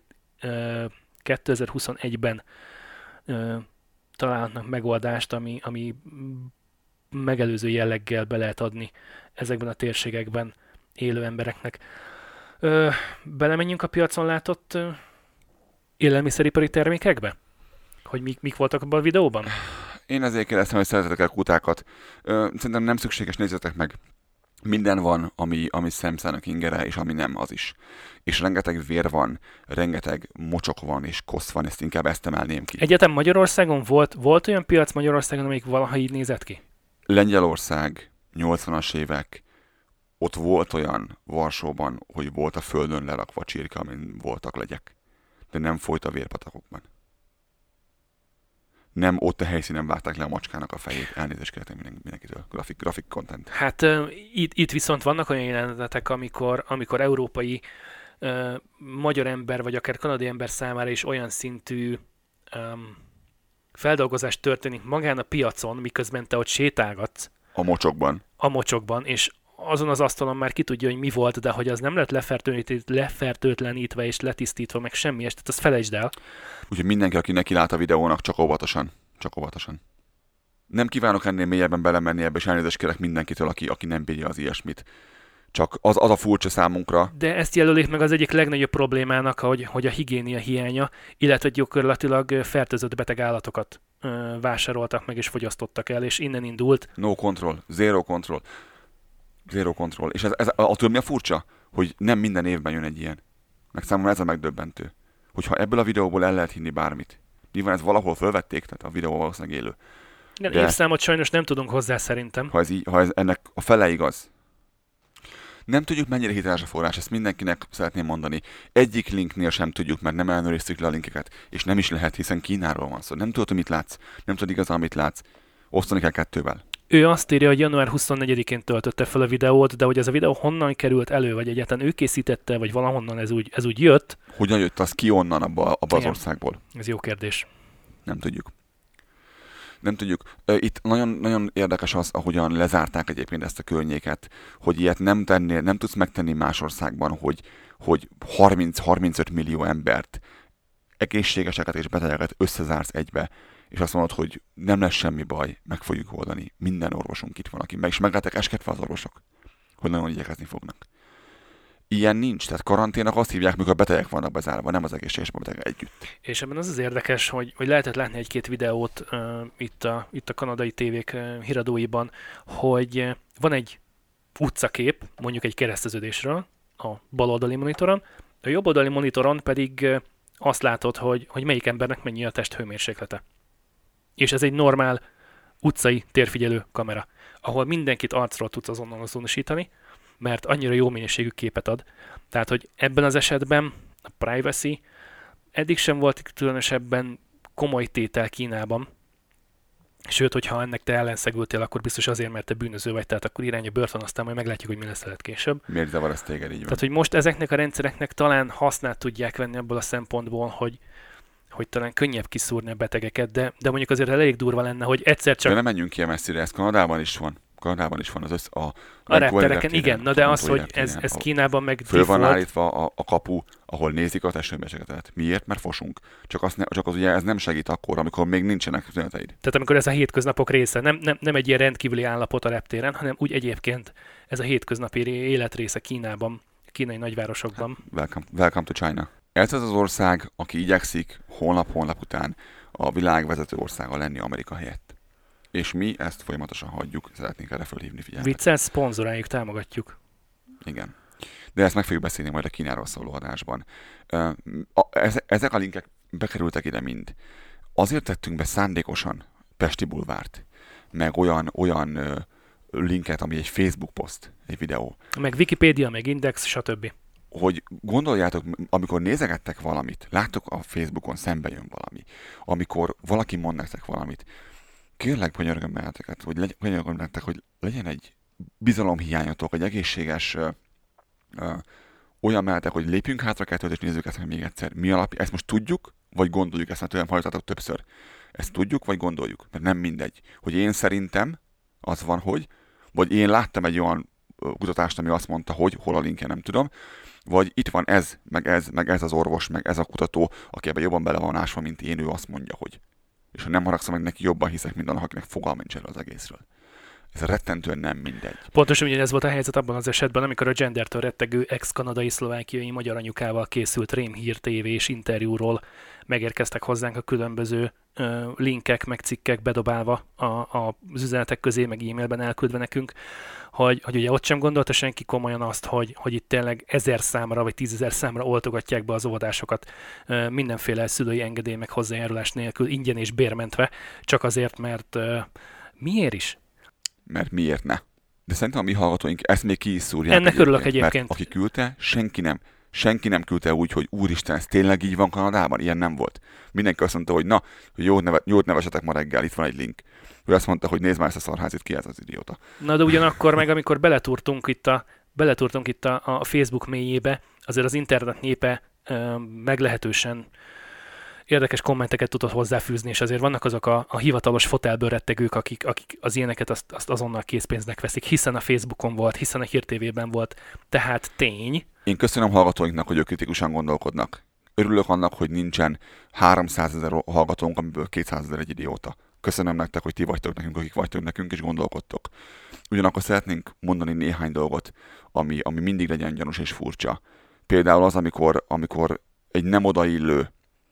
kétezer-huszonegyben ö, találnak megoldást, ami, ami megelőző jelleggel be lehet adni ezekben a térségekben élő embereknek. Ö, belemenjünk a piacon látott ö, élelmiszeripari termékekbe? Hogy mik, mik voltak abban a videóban? Én ezért kérdeztem, hogy szeretetek el kutákat. Ö, szerintem nem szükséges, nézzetek meg. Minden van, ami, ami szemszának ingere, és ami nem, az is. És rengeteg vér van, rengeteg mocsok van, és kosz van, ezt inkább ezt emelném ki. Egyetem Magyarországon volt, volt olyan piac Magyarországon, amelyik valaha így nézett ki? Lengyelország, nyolcvanas évek, ott volt olyan Varsóban, hogy volt a földön lerakva csirke, amin voltak legyek. De nem folyt a vérpatakokban. Nem ott a helyszínen vágták le a macskának a fejét. Elnézést kértem mindenkitől. Grafik, grafik content. Hát uh, itt, itt viszont vannak olyan jelenetek, amikor, amikor európai uh, magyar ember, vagy akár kanadai ember számára is olyan szintű um, feldolgozás történik magán a piacon, miközben te ott sétálgatsz. A mocsokban. A mocsokban, és azon az asztalon már ki tudja, hogy mi volt, de hogy az nem lett lefertőtlenítve és letisztítva, meg semmi, és tehát azt felejtsd el. Úgyhogy mindenki, aki neki lát a videónak, csak óvatosan. Csak óvatosan. Nem kívánok ennél mélyebben belemenni ebbe, és elnézést kérek mindenkitől, aki, aki nem bírja az ilyesmit. Csak az, az a furcsa számunkra. De ezt jelölik meg az egyik legnagyobb problémának, hogy, hogy a higiénia hiánya, illetve gyakorlatilag fertőzött beteg állatokat ö, vásároltak meg és fogyasztottak el, és innen indult. No control, zero control. Zero control. És ez, ez attól mi a furcsa? Hogy nem minden évben jön egy ilyen. Meg számomra ez a megdöbbentő. Hogyha ebből a videóból el lehet hinni bármit. Nyilván ez valahol fölvették, tehát a videó valószínűleg élő. Igen, de évszámot sajnos nem tudunk hozzá szerintem. Ha ez, így, ha ez ennek a fele igaz. Nem tudjuk, mennyire hiteles a forrás, ezt mindenkinek szeretném mondani. Egyik linknél sem tudjuk, mert nem ellenőriztük le a linkeket, és nem is lehet, hiszen Kínáról van szó. Nem tudod, hogy mit látsz, nem tudod igazán, amit látsz. Osztani kell kettővel. Ő azt írja, hogy január huszonnegyedikén töltötte fel a videót, de hogy ez a videó honnan került elő, vagy egyáltalán ő készítette, vagy valahonnan ez úgy, ez úgy jött. Hogyan jött az ki onnan abba, abba az országból? Ez jó kérdés. Nem tudjuk. Nem tudjuk. Itt nagyon, nagyon érdekes az, ahogyan lezárták egyébként ezt a környéket, hogy ilyet nem, tennél, nem tudsz megtenni más országban, hogy, hogy harminc-harmincöt millió embert, egészségeseket és betegeket összezársz egybe, és azt mondod, hogy nem lesz semmi baj, meg fogjuk oldani. Minden orvosunk itt van, aki meg is meglettek esketve az orvosok, hogy nagyon igyekezni fognak. Ilyen nincs, tehát karanténnak azt hívják, mikor a betegek vannak bezárva, nem az egészséges betegek együtt. És ebben az az érdekes, hogy, hogy lehetett látni egy-két videót uh, itt, a, itt a kanadai tévék uh, híradóiban, hogy uh, van egy utcakép, mondjuk egy kereszteződésről a baloldali monitoron, a jobboldali monitoron pedig uh, azt látod, hogy, hogy melyik embernek mennyi a testhőmérséklete. És ez egy normál utcai térfigyelő kamera, ahol mindenkit arcról tudsz azonnal azonosítani, mert annyira jó minőségű képet ad. Tehát, hogy ebben az esetben a privacy eddig sem volt különösebben komoly tétel Kínában. Sőt, hogyha ennek te ellenszegültél, akkor biztos azért, mert te bűnöző vagy, tehát akkor irány a börtön, aztán majd meglátjuk, hogy mi lesz veled később. Miért zavar ez téged így van? Tehát, hogy most ezeknek a rendszereknek talán hasznát tudják venni abból a szempontból, hogy, hogy talán könnyebb kiszúrni a betegeket, de, de mondjuk azért elég durva lenne, hogy egyszer csak... De nem menjünk ki messzire, ez Kanadában is van. Kanadában is van az össz, a, a reptereken, igen, na de az, hogy ez, ez Kínában meg föl van állítva a, a kapu, ahol nézik a testőmérsékletet. Miért? Mert fosunk. Csak az, ne, csak az ugye ez nem segít akkor, amikor még nincsenek tüneteid. Tehát amikor ez a hétköznapok része, nem, nem, nem egy ilyen rendkívüli állapot a reptéren, hanem úgy egyébként ez a hétköznapi élet része Kínában, kínai nagyvárosokban. Hát, welcome, welcome to China. Ez az az ország, aki igyekszik holnap-holnap után a világ vezető országa lenni Amerika helyett. És mi ezt folyamatosan hagyjuk, szeretnénk erre fölhívni figyelmet. Viccel, szponzoráljuk, támogatjuk. Igen. De ezt meg fogjuk beszélni majd a Kínáról szóló adásban. Ezek a linkek bekerültek ide mind. Azért tettünk be szándékosan Pesti Bulvárt, meg olyan, olyan linket, ami egy Facebook poszt, egy videó. Meg Wikipédia, meg Index, stb. Hogy gondoljátok, amikor nézegettek valamit, láttok a Facebookon szembe jön valami, amikor valaki mond nektek valamit, kérlek, könyörgöm benneteket, hogy legy- könyörgöm nektek, hogy legyen egy bizalomhiányatok, egy egészséges ö, ö, olyan mellettek, hogy lépjünk hátra kettőt, és nézzük ezt meg még egyszer. Mi alapja? Ezt most tudjuk, vagy gondoljuk? Ezt már tőlem hallottátok többször. Ezt tudjuk, vagy gondoljuk? Mert nem mindegy. Hogy én szerintem az van, hogy, vagy én láttam egy olyan kutatást, ami azt mondta, hogy hol a linkje, nem tudom, vagy itt van ez, meg ez, meg ez az orvos, meg ez a kutató, aki ebben jobban bele van ásva, mint én, ő azt mondja, hogy. És ha nem haragszom, meg neki jobban hiszek, mint annak, akinek fogalma nincs erről az egészről. Ez rettentően nem mindegy. Pontosan ugyanez volt a helyzet abban az esetben, amikor a gendertől rettegő ex-kanadai szlovákiai magyar anyukával készült rémhír tévés interjúról megérkeztek hozzánk a különböző uh, linkek, meg cikkek bedobálva a, a, az üzenetek közé, meg e-mailben elküldve nekünk, hogy, hogy ugye ott sem gondolta senki komolyan azt, hogy, hogy itt tényleg ezer számra vagy tízezer számra oltogatják be az óvodásokat uh, mindenféle szülői engedély meg hozzájárulás nélkül, ingyen és bérmentve, csak azért, mert uh, miért is? Mert miért ne? De szerintem a mi hallgatóink ezt még ki is szúrják. Ennek örülök egyébként. Mert aki küldte, senki nem. Senki nem küldte úgy, hogy úristen, ez tényleg így van Kanadában? Ilyen nem volt. Mindenki azt mondta, hogy na, hogy jót, neve, jót nevesetek ma reggel, itt van egy link. Ő azt mondta, hogy nézd már ezt a szarházit, ki ez az idióta. Na de ugyanakkor meg, amikor beletúrtunk itt a, beletúrtunk itt a, a Facebook mélyébe, azért az internet népe ö, meglehetősen érdekes kommenteket tudott hozzáfűzni, és azért vannak azok a, a hivatalos fotelből rettegők, akik, akik az ilyeneket azt, azt azonnal készpénznek veszik, hiszen a Facebookon volt, hiszen a Hír té vében volt, tehát tény. Én köszönöm hallgatóinknak, hogy ők kritikusan gondolkodnak. Örülök annak, hogy nincsen háromszázezer hallgatónk, amiből kétszázezer egy idióta. Köszönöm nektek, hogy ti vagytok nekünk, akik vagytok nekünk, és gondolkodtok. Ugyanakkor szeretnénk mondani néhány dolgot, ami, ami mindig legyen gyanús és furcsa. Például az, amikor, amikor egy nem odaillő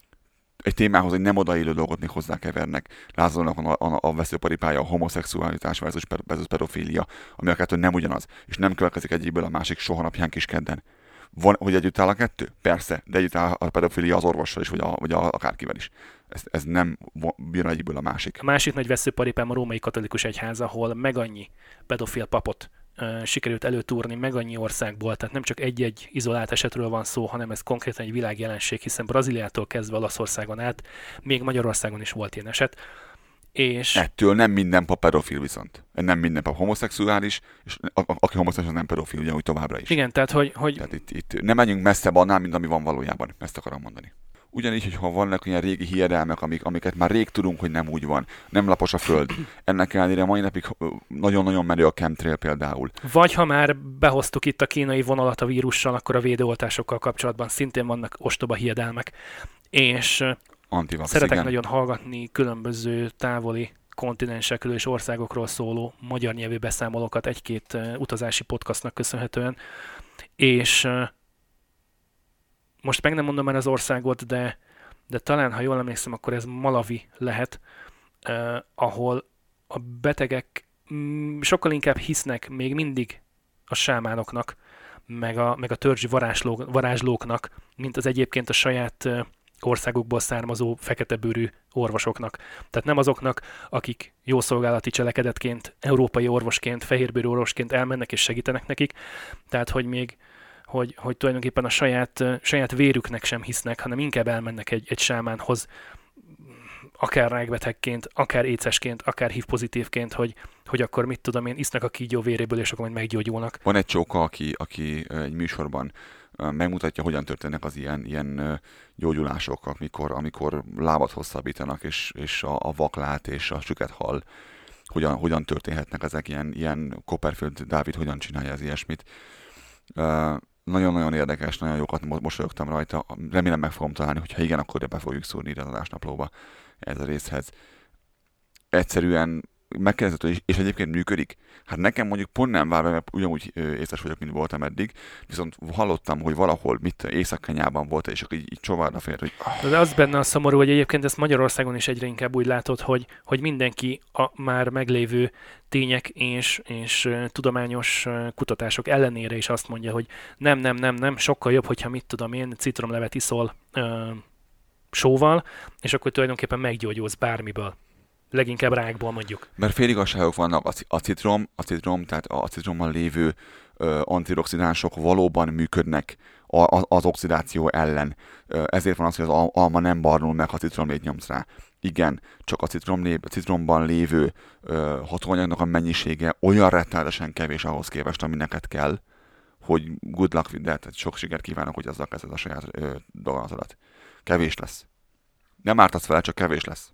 egy témához egy nem odaillő dolgot még hozzákevernek. Lázolnak a, a, a veszőparipája, a homoszexualitás versus pedofília, ami a kettő nem ugyanaz, és nem következik egyikből a másik soha napján Kiskendben. Van, hogy együtt áll a kettő? Persze, de együtt áll a pedofília az orvossal is, vagy, a, vagy a, akárkivel is. Ez, ez nem bír egyikből a másik. A másik nagy veszőparipám a római katolikus egyház, ahol meg annyi pedofil papot uh, sikerült előtúrni, meg annyi országból, tehát nem csak egy-egy izolált esetről van szó, hanem ez konkrétan egy világjelenség, hiszen Brazíliától kezdve Olaszországon át, még Magyarországon is volt ilyen eset. És... Ettől nem minden pap pedofil viszont. Nem minden pap homoszexuális, és a, a, aki homoszexuális nem pedofil, ugyanúgy továbbra is. Igen, tehát hogy... hogy... Tehát itt, itt nem menjünk messzebb annál, mint ami van valójában. Ezt akarom mondani. Ugyanígy, hogyha vannak ilyen régi hiedelmek, amik, amiket már rég tudunk, hogy nem úgy van, nem lapos a föld. Ennek ellenére mai napig nagyon-nagyon menő a chemtrail például. Vagy ha már behoztuk itt a kínai vonalat a vírussal, akkor a védőoltásokkal kapcsolatban szintén vannak ostoba hiedelmek. És Antivax, szeretek igen. nagyon hallgatni különböző távoli kontinensekről és országokról szóló magyar nyelvű beszámolókat egy-két uh, utazási podcastnak köszönhetően. És uh, most meg nem mondom már az országot, de, de talán, ha jól emlékszem, akkor ez Malawi lehet, uh, ahol a betegek mm, sokkal inkább hisznek még mindig a sámánoknak, meg a, meg a törzsi varázslók, varázslóknak, mint az egyébként a saját uh, országukból származó feketebőrű orvosoknak. Tehát nem azoknak, akik jószolgálati cselekedetként, európai orvosként, fehérbőrű orvosként elmennek és segítenek nekik. Tehát, hogy még hogy, hogy tulajdonképpen a saját, saját vérüknek sem hisznek, hanem inkább elmennek egy, egy sámánhoz, akár rákbetegként, akár écesként, akár hív pozitívként, hogy, hogy akkor mit tudom én, isznak a kígyó véréből, és akkor majd meggyógyulnak. Van egy csóka, aki, aki egy műsorban megmutatja, hogyan történnek az ilyen, ilyen gyógyulások, amikor, amikor lábat hosszabbítanak, és, és a, a vaklát és a süket hal hogyan, hogyan történhetnek ezek, ilyen, ilyen Copperfield Dávid hogyan csinálja az ilyesmit. Uh, nagyon-nagyon érdekes, nagyon jókat mosolyogtam rajta. Remélem meg fogom találni, hogyha igen, akkor be fogjuk szúrni ide az adásnaplóba ez a részhez. Egyszerűen megkérdezett, és egyébként működik. Hát nekem mondjuk pont nem vár, mert ugyanúgy észes vagyok, mint voltam eddig, viszont hallottam, hogy valahol mit Észak-Kenyában volt, és akkor így, így csovarra fér, hogy... De az benne a szomorú, hogy egyébként ezt Magyarországon is egyre inkább úgy látod, hogy, hogy mindenki a már meglévő tények és, és tudományos kutatások ellenére is azt mondja, hogy nem, nem, nem, nem, sokkal jobb, hogyha mit tudom én, citromlevet iszol ö, sóval, és akkor tulajdonképpen meggyógyulsz bármiből. Leginkább rákból mondjuk. Mert féligasságok vannak, a citrom, a citrom, tehát a citromban lévő ö, antioxidánsok valóban működnek a, a, az oxidáció ellen. Ö, ezért van az, hogy az alma nem barnul meg, ha citromlét nyomsz rá. Igen, csak a, citromlé, a citromban lévő ö, hatóanyagnak a mennyisége olyan rettenetesen kevés ahhoz képest, ami neked kell, hogy good luck with that, sok sikert kívánok, hogy azzal kezded a saját ö, dolgozatodat. Kevés lesz. Nem ártasz vele, csak kevés lesz.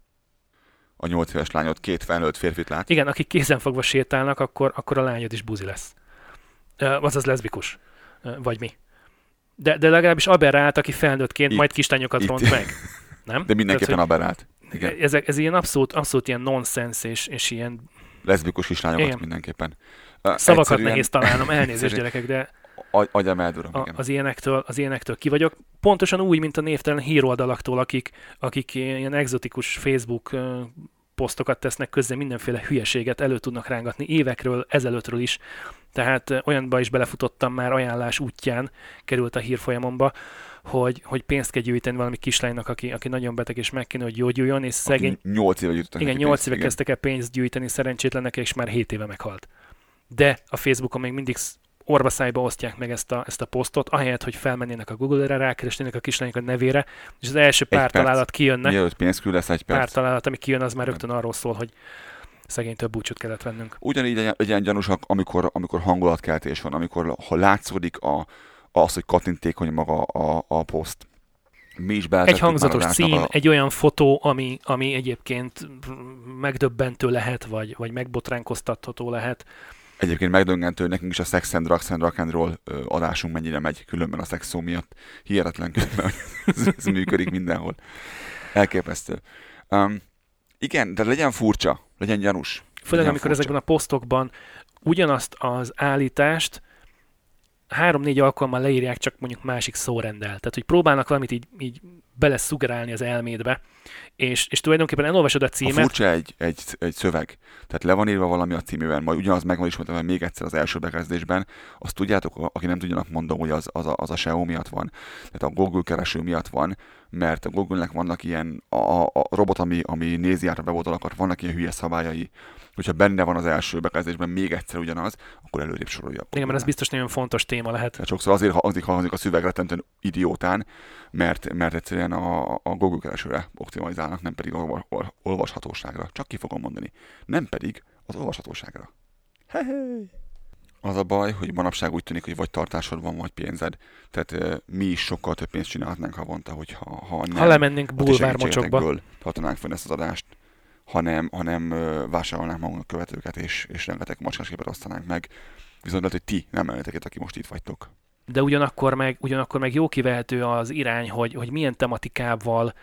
A nyolc éves lányod két felnőtt férfit lát. Igen, akik kézenfogva sétálnak, akkor, akkor a lányod is buzi lesz. Uh, azaz leszbikus. Uh, vagy mi. De, de legalábbis aberrált, aki felnőttként itt, majd kislányokat ront meg. Nem? De mindenképpen Tehát, aberrált. Igen. Ez, ez ilyen abszolút, abszolút ilyen nonsens és, és ilyen... Leszbikus kislányokat igen. mindenképpen. Uh, Szavakat egyszerűen... nehéz találnom, elnézést gyerekek, de... Agyam eldurom, igen. Az ilyenektől, az ilyenektől ki vagyok. Pontosan úgy, mint a névtelen híroldalaktól, akik, akik ilyen egzotikus Facebook posztokat tesznek közzé, mindenféle hülyeséget elő tudnak rángatni évekről, ezelőttről is. Tehát olyanba is belefutottam már, ajánlás útján került a hírfolyamomba, hogy, hogy pénzt kell gyűjteni valami kislánynak, aki, aki nagyon beteg és meg kéne, hogy gyógyuljon, és szegény... nyolc éve gyűjtöttek. Igen, nyolc éve kezdtek el pénzt gyűjteni szerencsétlennek, és már hét éve meghalt. De a Facebookon még mindig orvaszájba osztják meg ezt a, ezt a posztot, ahelyett, hogy felmennének a Google-re, rákeresnének a kislányok a nevére, és az első pár egy találat perc. kijönne. Mielőtt pénzkül lesz egy perc. Pár találat, ami kijön, az már rögtön arról szól, hogy szegénytől búcsút kellett vennünk. Ugyanígy legyen gyanúsak, amikor, amikor hangulatkeltés van, amikor ha látszódik a, az, hogy kattintékony maga a, a poszt. Mi is egy hangzatos cím, a... egy olyan fotó, ami, ami egyébként megdöbbentő lehet, vagy, vagy megbotránkoztatható lehet. Egyébként megdöngentő, nekünk is a Sex and Drugs and Rock and Roll adásunk mennyire megy, különben a szex szó miatt. Hihetetlen különben, ez, ez működik mindenhol. Elképesztő. Um, igen, de legyen furcsa, legyen gyanús. Főleg amikor furcsa. Ezekben a posztokban ugyanazt az állítást három-négy alkalommal leírják, csak mondjuk másik szórendel. Tehát, hogy próbálnak valamit így, így beleszugerálni az elmédbe, és, és tulajdonképpen elolvasod a címet. A furcsa egy, egy, egy szöveg. Tehát le van írva valami a címében, majd ugyanaz meg van ismertetve még egyszer az első bekezdésben. Azt tudjátok, aki nem tudjanak, mondom, hogy az, az, a, az a es e o miatt van. Tehát a Google kereső miatt van, mert a Google-nek vannak ilyen, a, a robot, ami, ami nézi át a weboldalakat, vannak ilyen hülye szabályai. Hogyha benne van az első bekezdésben még egyszer ugyanaz, akkor előrébb sorolja. Igen, mert ez biztos nagyon fontos téma lehet. Tehát sokszor azért hangzik, hangzik a szöveg rettentően idiótán, mert, mert egyszerűen a, a Google keresőre optimalizálnak, nem pedig a olvashatóságra. Csak ki fogom mondani. Nem pedig az olvashatóságra. Hey-hey. Az a baj, hogy manapság úgy tűnik, hogy vagy tartásod van, vagy pénzed. Tehát uh, mi is sokkal több pénzt csinálhatnánk havonta, hogyha ha nem. Ha lemennénk bulvármocsokba. Tartanánk fönn ezt az adást. hanem, hanem uh, vásárolnánk magunknak követőket, és, és rengeteg macskásképet osztanánk meg. Viszont lehet, hogy ti nem mennetek itt, aki most itt vagytok. De ugyanakkor meg, ugyanakkor meg jó kivehető az irány, hogy, hogy milyen tematikával,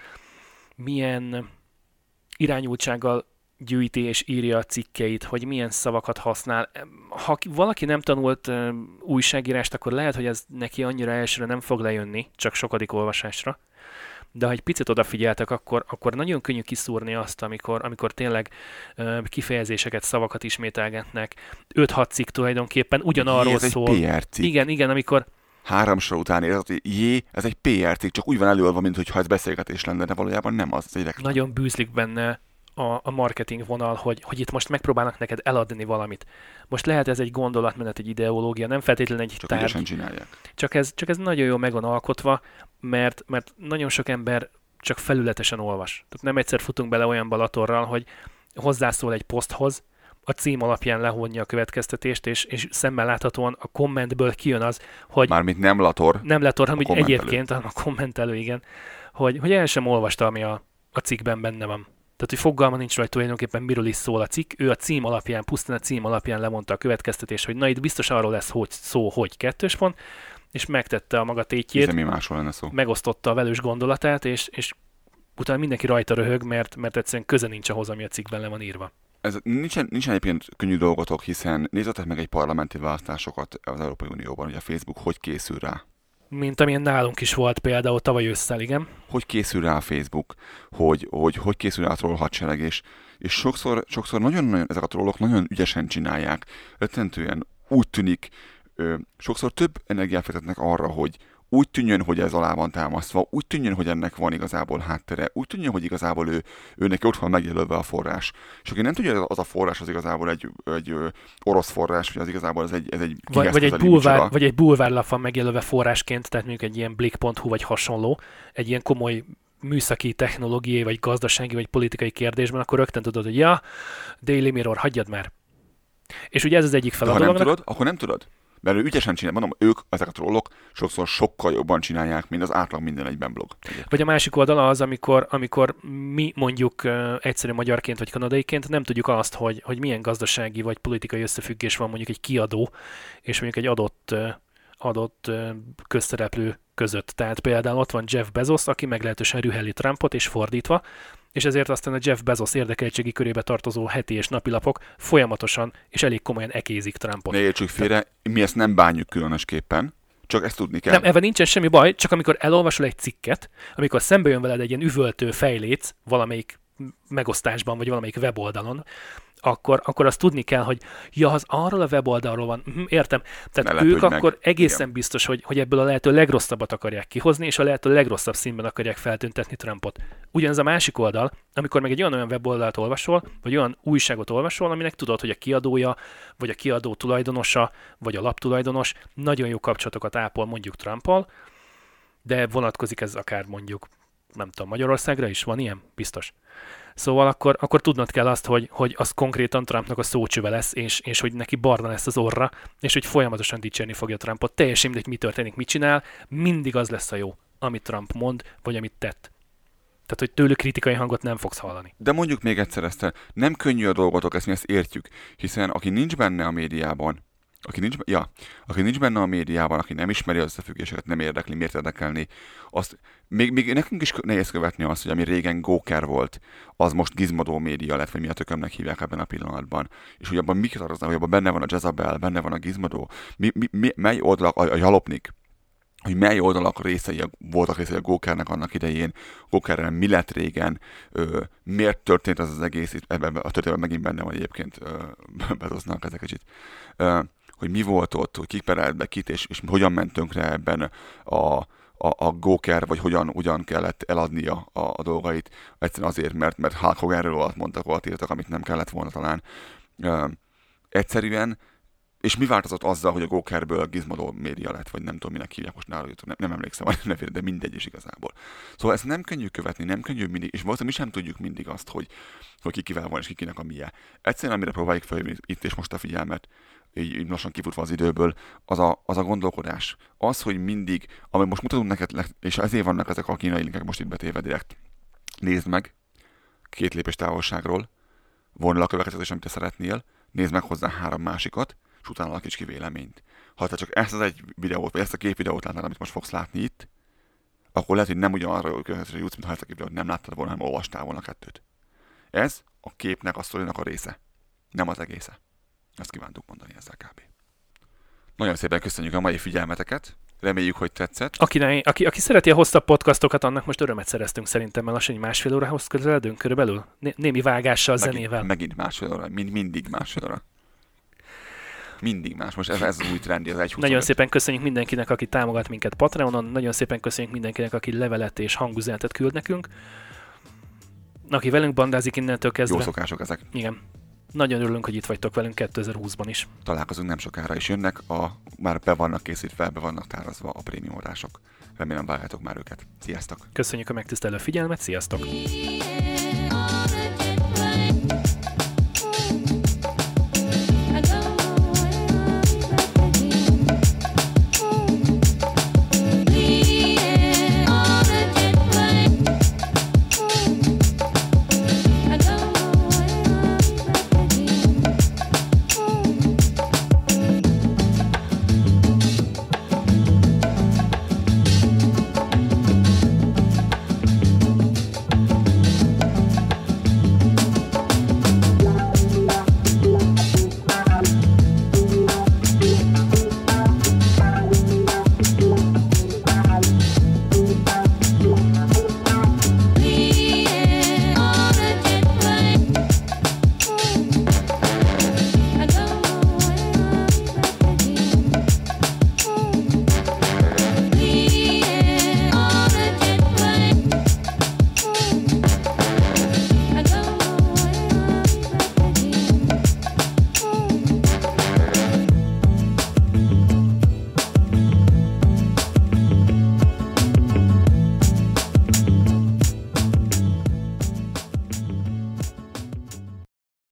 milyen irányultsággal gyűjti és írja a cikkeit, hogy milyen szavakat használ. Ha valaki nem tanult uh, újságírást, akkor lehet, hogy ez neki annyira elsőre nem fog lejönni, csak sokadik olvasásra. De ha egy picit odafigyeltek, akkor, akkor nagyon könnyű kiszúrni azt, amikor, amikor tényleg uh, kifejezéseket, szavakat ismételgetnek. öt-hat cikk tulajdonképpen ugyanarról ez szól. Ez egy pé er cikk. Igen, igen, amikor... Három sor után érzed, hogy jé, ez egy pé er cikk, csak úgy van előadva, mintha ez beszélgetés lenne, de valójában nem az. az nagyon bűzlik benne a, a marketing vonal, hogy, hogy itt most megpróbálnak neked eladni valamit. Most lehet ez egy gondolatmenet, egy ideológia, nem feltétlenül egy csak tárgy. Csinálják. Csak ez, csak ez nagyon jól meg van alkotva, mert, mert nagyon sok ember csak felületesen olvas. Tehát nem egyszer futunk bele olyan balatorral, hogy hozzászól egy poszthoz, a cím alapján lehonja a következtetést, és, és szemmel láthatóan a kommentből kijön az, hogy... Mármint nem lator. Nem lator, hanem egyébként a kommentelő, igen. Hogy, hogy el sem olvasta, ami a, a cikkben benne van. Tehát, hogy fogalma nincs rajta tulajdonképpen miről is szól a cikk. Ő a cím alapján, pusztán a cím alapján lemondta a következtetést, hogy na itt biztos arról lesz hogy szó, hogy kettős pont, és megtette a maga tétjét, mi másról lenne szó. Megosztotta a velős gondolatát, és, és utána mindenki rajta röhög, mert, mert egyszerűen köze nincs ahhoz, ami a cikkben le van írva. Ez nincsen, nincsen egyébként könnyű dolgotok, hiszen nézzetek meg egy parlamenti választásokat az Európai Unióban, hogy a Facebook hogy készül rá. Mint amilyen nálunk is volt például tavaly ősszel, igen. Hogy készül rá a Facebook, hogy hogy, hogy készül rá a troll hadsereg, és, és sokszor, sokszor nagyon-nagyon ezek a trollok nagyon ügyesen csinálják. Rettentően úgy tűnik, ö, sokszor több energiát fektetnek arra, hogy úgy tűnjön, hogy ez alá van támasztva, úgy tűnjön, hogy ennek van igazából háttere, úgy tűnjön, hogy igazából ő, őnek ott van megjelölve a forrás. És aki nem tudja, hogy az a forrás az igazából egy, egy orosz forrás, vagy az igazából ez egy, ez egy vagy, vagy, egy bulvár, vagy egy bulvárlap van megjelölve forrásként, tehát mondjuk egy ilyen blik pont hu vagy hasonló, egy ilyen komoly műszaki, technológiai, vagy gazdasági, vagy politikai kérdésben, akkor rögtön tudod, hogy ja, Daily Mirror, hagyjad már. És ugye ez az egyik fel a dolognak. Ha nem tudod, akkor nem tudod. Mert ő ügyesen csinál, mondom, ők, ezek a trollok sokszor sokkal jobban csinálják, mint az átlag minden egyben blog. Vagy a másik oldala az, amikor, amikor mi mondjuk uh, egyszerű magyarként vagy kanadaiként nem tudjuk azt, hogy, hogy milyen gazdasági vagy politikai összefüggés van mondjuk egy kiadó és mondjuk egy adott, uh, adott uh, közszereplő között. Tehát például ott van Jeff Bezos, aki meglehetősen rüheli Trumpot, és fordítva, és ezért aztán a Jeff Bezos érdekeltségi körébe tartozó heti és napilapok folyamatosan és elég komolyan ekézik Trumpot. Ne értsük félre, mi ezt nem bánjuk különösképpen, csak ezt tudni kell. Nem, ebben nincsen semmi baj, csak amikor elolvasol egy cikket, amikor szembe jön veled egy ilyen üvöltő fejléc valamelyik megosztásban, vagy valamelyik weboldalon, akkor, akkor azt tudni kell, hogy ja, az arról a weboldalról van, hm, értem. Tehát ne ők akkor meg. egészen igen. biztos, hogy, hogy ebből a lehető legrosszabbat akarják kihozni, és a lehető legrosszabb színben akarják feltüntetni Trumpot. Ugyanez a másik oldal, amikor meg egy olyan, olyan weboldalt olvasol, vagy olyan újságot olvasol, aminek tudod, hogy a kiadója, vagy a kiadó tulajdonosa, vagy a lap tulajdonos nagyon jó kapcsolatokat ápol mondjuk Trumpal, de vonatkozik ez akár mondjuk, nem tudom, Magyarországra is van ilyen? Biztos. Szóval akkor, akkor tudnod kell azt, hogy, hogy az konkrétan Trumpnak a szócsöve lesz, és, és hogy neki barna lesz az orra, és hogy folyamatosan dicsérni fogja Trumpot. Teljesen mindegy, mi történik, mit csinál, mindig az lesz a jó, amit Trump mond, vagy amit tett. Tehát, hogy tőlük kritikai hangot nem fogsz hallani. De mondjuk még egyszer ezt, nem könnyű a dolgotok, ezt mi ezt értjük, hiszen aki nincs benne a médiában, Aki nincs, ja, aki nincs benne a médiában, aki nem ismeri az összefüggéseket, nem érdekli, miért érdekelni, azt még, még nekünk is nehéz követni azt, hogy ami régen Gawker volt, az most Gizmodo média lett, vagy mi a tökömnek hívják ebben a pillanatban. És hogy abban mik tartoznak, hogy abban benne van a Jezabel, benne van a Gizmodo, mi, mi, mi, mely oldalak, a, a Jalopnik, hogy mely oldalak részei voltak részei a Gawkernek annak idején, Gawkerrel mi lett régen, ö, miért történt az az egész, ebben a történetben megint benne van egyébként, Bezosnak ezek kicsit, ö, hogy mi volt ott, hogy kik perelt be kit, és, és hogyan ment tönkre ebben a, a, a Gawker, vagy hogyan, hogyan kellett eladnia a, a dolgait. Egyszerűen azért, mert, mert Hulk Hoganről olyat mondtak, olyat írtak, amit nem kellett volna talán. Ö, egyszerűen, és mi változott azzal, hogy a Gawkerből a Gizmodo média lett, vagy nem tudom, minek hívják most nála, nem, nem emlékszem a nevére, de mindegy is igazából. Szóval ezt nem könnyű követni, nem könnyű mindig, és valószínűleg mi sem tudjuk mindig azt, hogy, hogy ki kivel van, és ki kinek a milyen. Egyszerűen, amire próbáljuk fel itt és most a figyelmet, így, így lassan kifutva az időből, az a, az a gondolkodás. Az, hogy mindig, amit most mutatunk neked, és ezért vannak ezek a kínai linkek most itt betéve direkt. Nézd meg, két lépés távolságról, vonj le a következtetés, amit te szeretnél, nézd meg hozzá három másikat, és utána alakíts ki véleményt. Ha te csak ezt az egy videót, vagy ezt a két videót látnád, amit most fogsz látni itt, akkor lehet, hogy nem ugyanarra a következtetésre jutsz, mint ha ezt a két videót nem láttad volna, hanem olvastál volna kettőt. Ez a képnek, a sztorinak a része. Nem az egésze. Ezt kívántuk mondani ezzel kb. Nagyon szépen köszönjük a mai figyelmeteket. Reméljük, hogy tetszett. Aki, ne, aki, aki szereti a hosszabb podcastokat, annak most örömet szereztünk szerintem, mert lassan egy másfél órához közeledünk körülbelül. Né- némi vágással, megint, zenével. Megint másfél óra. Mind, mindig másfél óra. Mindig más. Most ez, ez az új trendi, az egy huszonöt. Nagyon szépen köszönjük mindenkinek, aki támogat minket Patreonon. Nagyon szépen köszönjük mindenkinek, aki levelet és hangüzenetet küld nekünk. Aki velünk bandázik innentől kezdve. Jó szokások ezek. Igen. Nagyon örülünk, hogy itt vagytok velünk kétezer-húszban is. Találkozunk nem sokára is. Jönnek, a, már be vannak készítve, be vannak tárazva a prémium adások. Remélem várjátok már őket. Sziasztok! Köszönjük a megtisztelő figyelmet, sziasztok!